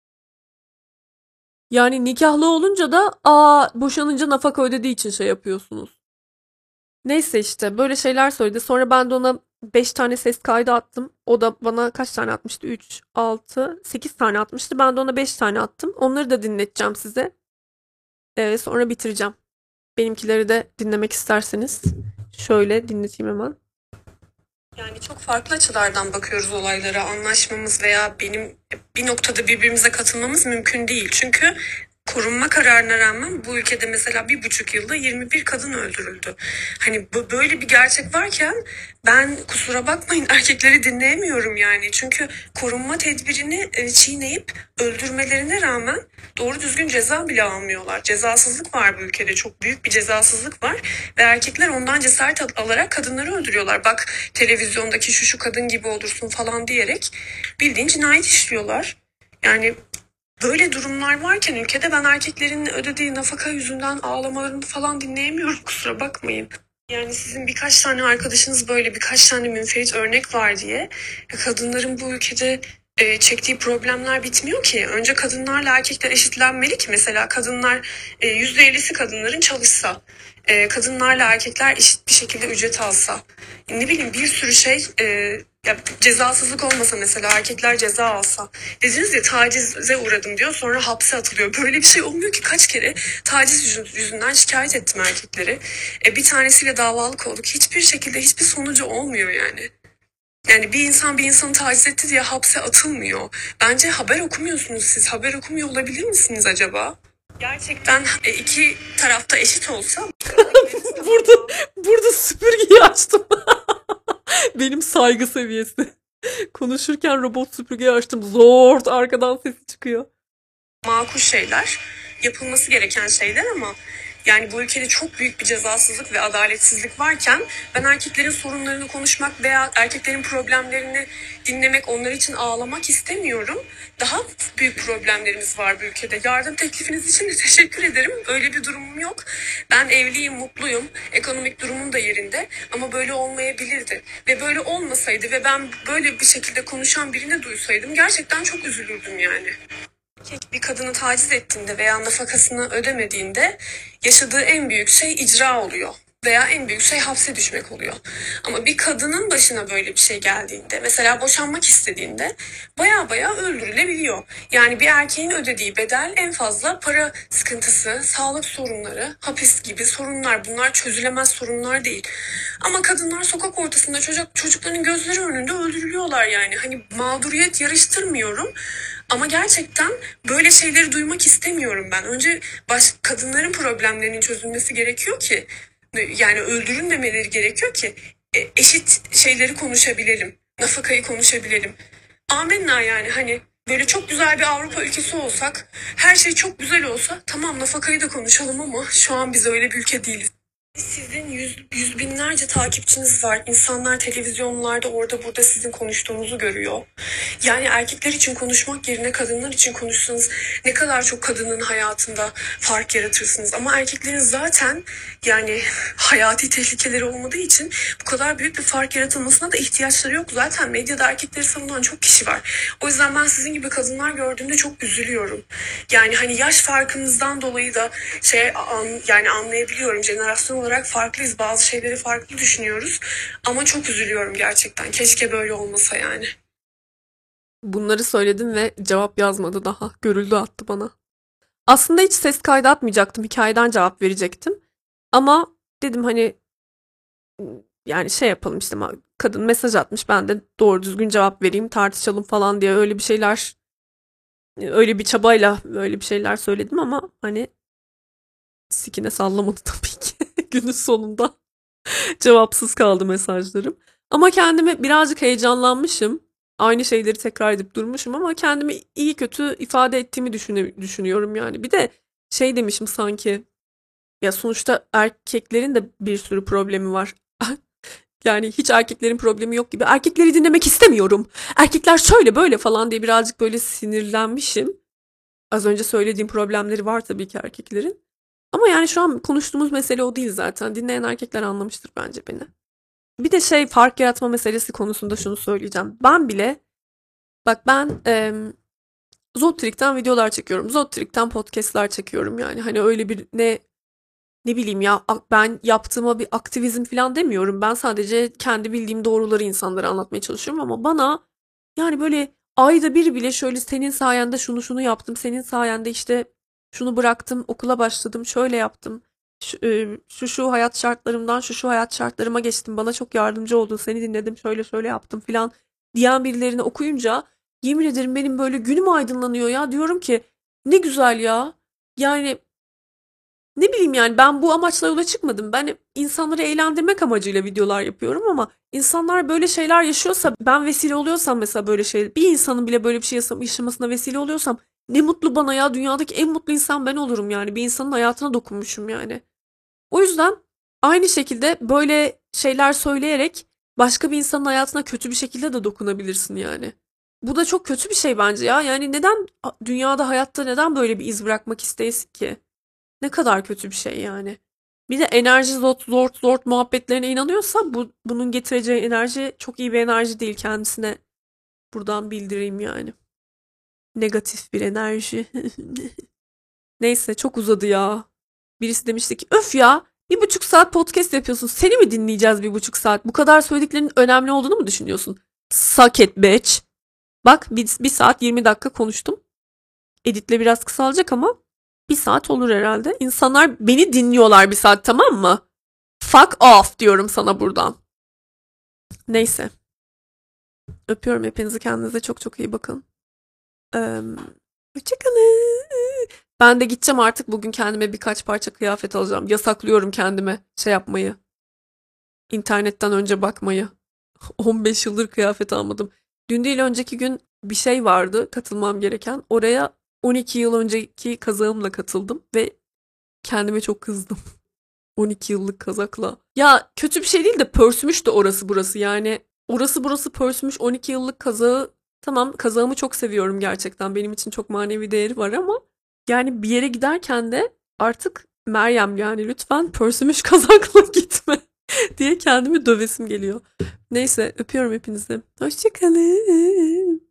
Yani nikahlı olunca da boşanınca nafaka ödediği için şey yapıyorsunuz. Neyse işte böyle şeyler söyledi. Sonra ben de ona 5 tane ses kaydı attım. O da bana kaç tane atmıştı? 3, 6, 8 tane atmıştı. Ben de ona 5 tane attım. Onları da dinleteceğim size. Sonra bitireceğim. Benimkileri de dinlemek isterseniz şöyle dinleteyim hemen. Yani çok farklı açılardan bakıyoruz olaylara. Anlaşmamız veya benim bir noktada birbirimize katılmamız mümkün değil. Çünkü korunma kararına rağmen bu ülkede mesela 1,5 yılda 21 kadın öldürüldü. Hani böyle bir gerçek varken ben kusura bakmayın erkekleri dinleyemiyorum yani. Çünkü korunma tedbirini çiğneyip öldürmelerine rağmen doğru düzgün ceza bile almıyorlar. Cezasızlık var bu ülkede. Çok büyük bir cezasızlık var. Ve erkekler ondan cesaret alarak kadınları öldürüyorlar. Bak televizyondaki şu kadın gibi olursun falan diyerek bildiğin cinayet işliyorlar. Yani böyle durumlar varken ülkede ben erkeklerin ödediği nafaka yüzünden ağlamalarını falan dinleyemiyorum, kusura bakmayın. Yani sizin birkaç tane arkadaşınız böyle birkaç tane münferit örnek var diye kadınların bu ülkede çektiği problemler bitmiyor ki. Önce kadınlarla erkekler eşitlenmeli ki mesela kadınlar %50'si kadınların çalışsa, kadınlarla erkekler eşit bir şekilde ücret alsa, ne bileyim bir sürü şey, ya cezasızlık olmasa mesela erkekler ceza alsa. Dediniz ya tacize uğradım diyor sonra hapse atılıyor. Böyle bir şey olmuyor ki, kaç kere taciz yüzünden şikayet ettim erkekleri. Bir tanesiyle davalık olduk. Hiçbir şekilde hiçbir sonucu olmuyor yani. Yani bir insan bir insanı taciz etti diye hapse atılmıyor. Bence haber okumuyorsunuz siz. Haber okumuyor olabilir misiniz acaba? Gerçekten iki tarafta eşit olsa burada süpürgeyi açtım. Benim saygı seviyesi. Konuşurken robot süpürgeyi açtım. Zor arkadan sesi çıkıyor. Makul şeyler, yapılması gereken şeyler ama yani bu ülkede çok büyük bir cezasızlık ve adaletsizlik varken ben erkeklerin sorunlarını konuşmak veya erkeklerin problemlerini dinlemek, onlar için ağlamak istemiyorum. Daha büyük problemlerimiz var bu ülkede. Yardım teklifiniz için de teşekkür ederim. Öyle bir durumum yok. Ben evliyim, mutluyum. Ekonomik durumum da yerinde. Ama böyle olmayabilirdi. Ve böyle olmasaydı ve ben böyle bir şekilde konuşan birini duysaydım gerçekten çok üzülürdüm yani. Erkek bir kadını taciz ettiğinde veya nafakasını ödemediğinde yaşadığı en büyük şey icra oluyor. Veya en büyük şey hapse düşmek oluyor. Ama bir kadının başına böyle bir şey geldiğinde, mesela boşanmak istediğinde baya öldürülebiliyor. Yani bir erkeğin ödediği bedel en fazla para sıkıntısı, sağlık sorunları, hapis gibi sorunlar. Bunlar çözülemez sorunlar değil. Ama kadınlar sokak ortasında çocukların gözleri önünde öldürülüyorlar yani. Hani mağduriyet yarıştırmıyorum. Ama gerçekten böyle şeyleri duymak istemiyorum ben. Önce kadınların problemlerinin çözülmesi gerekiyor ki, yani öldürülmemeleri gerekiyor ki eşit şeyleri konuşabilelim. Nafakayı konuşabilelim. Amenna yani, hani böyle çok güzel bir Avrupa ülkesi olsak, her şey çok güzel olsa tamam nafakayı da konuşalım ama şu an biz öyle bir ülke değiliz. Sizin yüz binlerce takipçiniz var. İnsanlar televizyonlarda orada burada sizin konuştuğunuzu görüyor. Yani erkekler için konuşmak yerine kadınlar için konuşsanız ne kadar çok kadının hayatında fark yaratırsınız. Ama erkeklerin zaten yani hayati tehlikeleri olmadığı için bu kadar büyük bir fark yaratılmasına da ihtiyaçları yok. Zaten medyada erkekleri savunan çok kişi var. O yüzden ben sizin gibi kadınlar gördüğümde çok üzülüyorum. Yani hani yaş farkımızdan dolayı da yani anlayabiliyorum. Jenerasyon olarak farklıyız. Bazı şeyleri farklı düşünüyoruz. Ama çok üzülüyorum gerçekten. Keşke böyle olmasa yani. Bunları söyledim ve cevap yazmadı daha. Görüldü attı bana. Aslında hiç ses kaydı atmayacaktım. Hikayeden cevap verecektim. Ama dedim hani yani şey yapalım işte kadın mesaj atmış ben de doğru düzgün cevap vereyim tartışalım falan diye öyle bir şeyler öyle bir çabayla öyle bir şeyler söyledim ama hani sikine sallamadı tabii ki. Günün sonunda cevapsız kaldı mesajlarım. Ama kendimi birazcık heyecanlanmışım. Aynı şeyleri tekrar edip durmuşum ama kendimi iyi kötü ifade ettiğimi düşünüyorum yani. Bir de şey demişim sanki ya sonuçta erkeklerin de bir sürü problemi var. Yani hiç erkeklerin problemi yok gibi. Erkekleri dinlemek istemiyorum. Erkekler şöyle böyle falan diye birazcık böyle sinirlenmişim. Az önce söylediğim problemleri var tabii ki erkeklerin. Ama yani şu an konuştuğumuz mesele o değil zaten. Dinleyen erkekler anlamıştır bence beni. Bir de şey fark yaratma meselesi konusunda şunu söyleyeceğim. Ben bile bak ben Zottrik'ten videolar çekiyorum. Zottrik'ten podcast'lar çekiyorum yani. Hani öyle bir ne bileyim ya ben yaptığıma bir aktivizm falan demiyorum. Ben sadece kendi bildiğim doğruları insanlara anlatmaya çalışıyorum ama bana yani böyle ayda bir bile şöyle senin sayende şunu yaptım. Senin sayende işte şunu bıraktım, okula başladım, şöyle yaptım. Şu hayat şartlarımdan şu hayat şartlarıma geçtim. Bana çok yardımcı oldun. Seni dinledim, şöyle yaptım filan diyen birilerini okuyunca yemin ederim benim böyle günüm aydınlanıyor ya. Diyorum ki ne güzel ya. Yani ne bileyim yani ben bu amaçla yola çıkmadım. Ben insanları eğlendirmek amacıyla videolar yapıyorum ama insanlar böyle şeyler yaşıyorsa ben vesile oluyorsam mesela böyle şey bir insanın bile böyle bir şey yaşamasına vesile oluyorsam ne mutlu bana ya dünyadaki en mutlu insan ben olurum yani bir insanın hayatına dokunmuşum yani. O yüzden aynı şekilde böyle şeyler söyleyerek başka bir insanın hayatına kötü bir şekilde de dokunabilirsin yani. Bu da çok kötü bir şey bence ya. Yani neden dünyada hayatta neden böyle bir iz bırakmak isteyesin ki? Ne kadar kötü bir şey yani. Bir de enerji zort muhabbetlerine inanıyorsa bunun getireceği enerji çok iyi bir enerji değil kendisine. Buradan bildireyim yani. Negatif bir enerji. Neyse çok uzadı ya. Birisi demişti ki öf ya 1,5 saat podcast yapıyorsun. Seni mi dinleyeceğiz 1,5 saat? Bu kadar söylediklerinin önemli olduğunu mu düşünüyorsun? Suck it bitch. Bak 1 saat 20 dakika konuştum. Editle biraz kısalacak ama 1 saat olur herhalde. İnsanlar beni dinliyorlar 1 saat tamam mı? Fuck off diyorum sana buradan. Neyse. Öpüyorum hepinizi kendinize çok çok iyi bakın. Ee, Hoşçakalın. Ben de gideceğim artık bugün kendime birkaç parça kıyafet alacağım. Yasaklıyorum kendime şey yapmayı. İnternetten önce bakmayı. 15 yıldır kıyafet almadım. Dün değil önceki gün bir şey vardı katılmam gereken. Oraya 12 yıl önceki kazağımla katıldım ve kendime çok kızdım. 12 yıllık kazakla. Ya kötü bir şey değil de pörsümüş de orası burası yani. Orası burası pörsümüş 12 yıllık kazağı. Tamam kazağımı çok seviyorum gerçekten. Benim için çok manevi değeri var ama yani bir yere giderken de artık Meryem yani lütfen pörsümüş kazakla gitme diye kendimi dövesim geliyor. Neyse öpüyorum hepinizi. Hoşçakalın.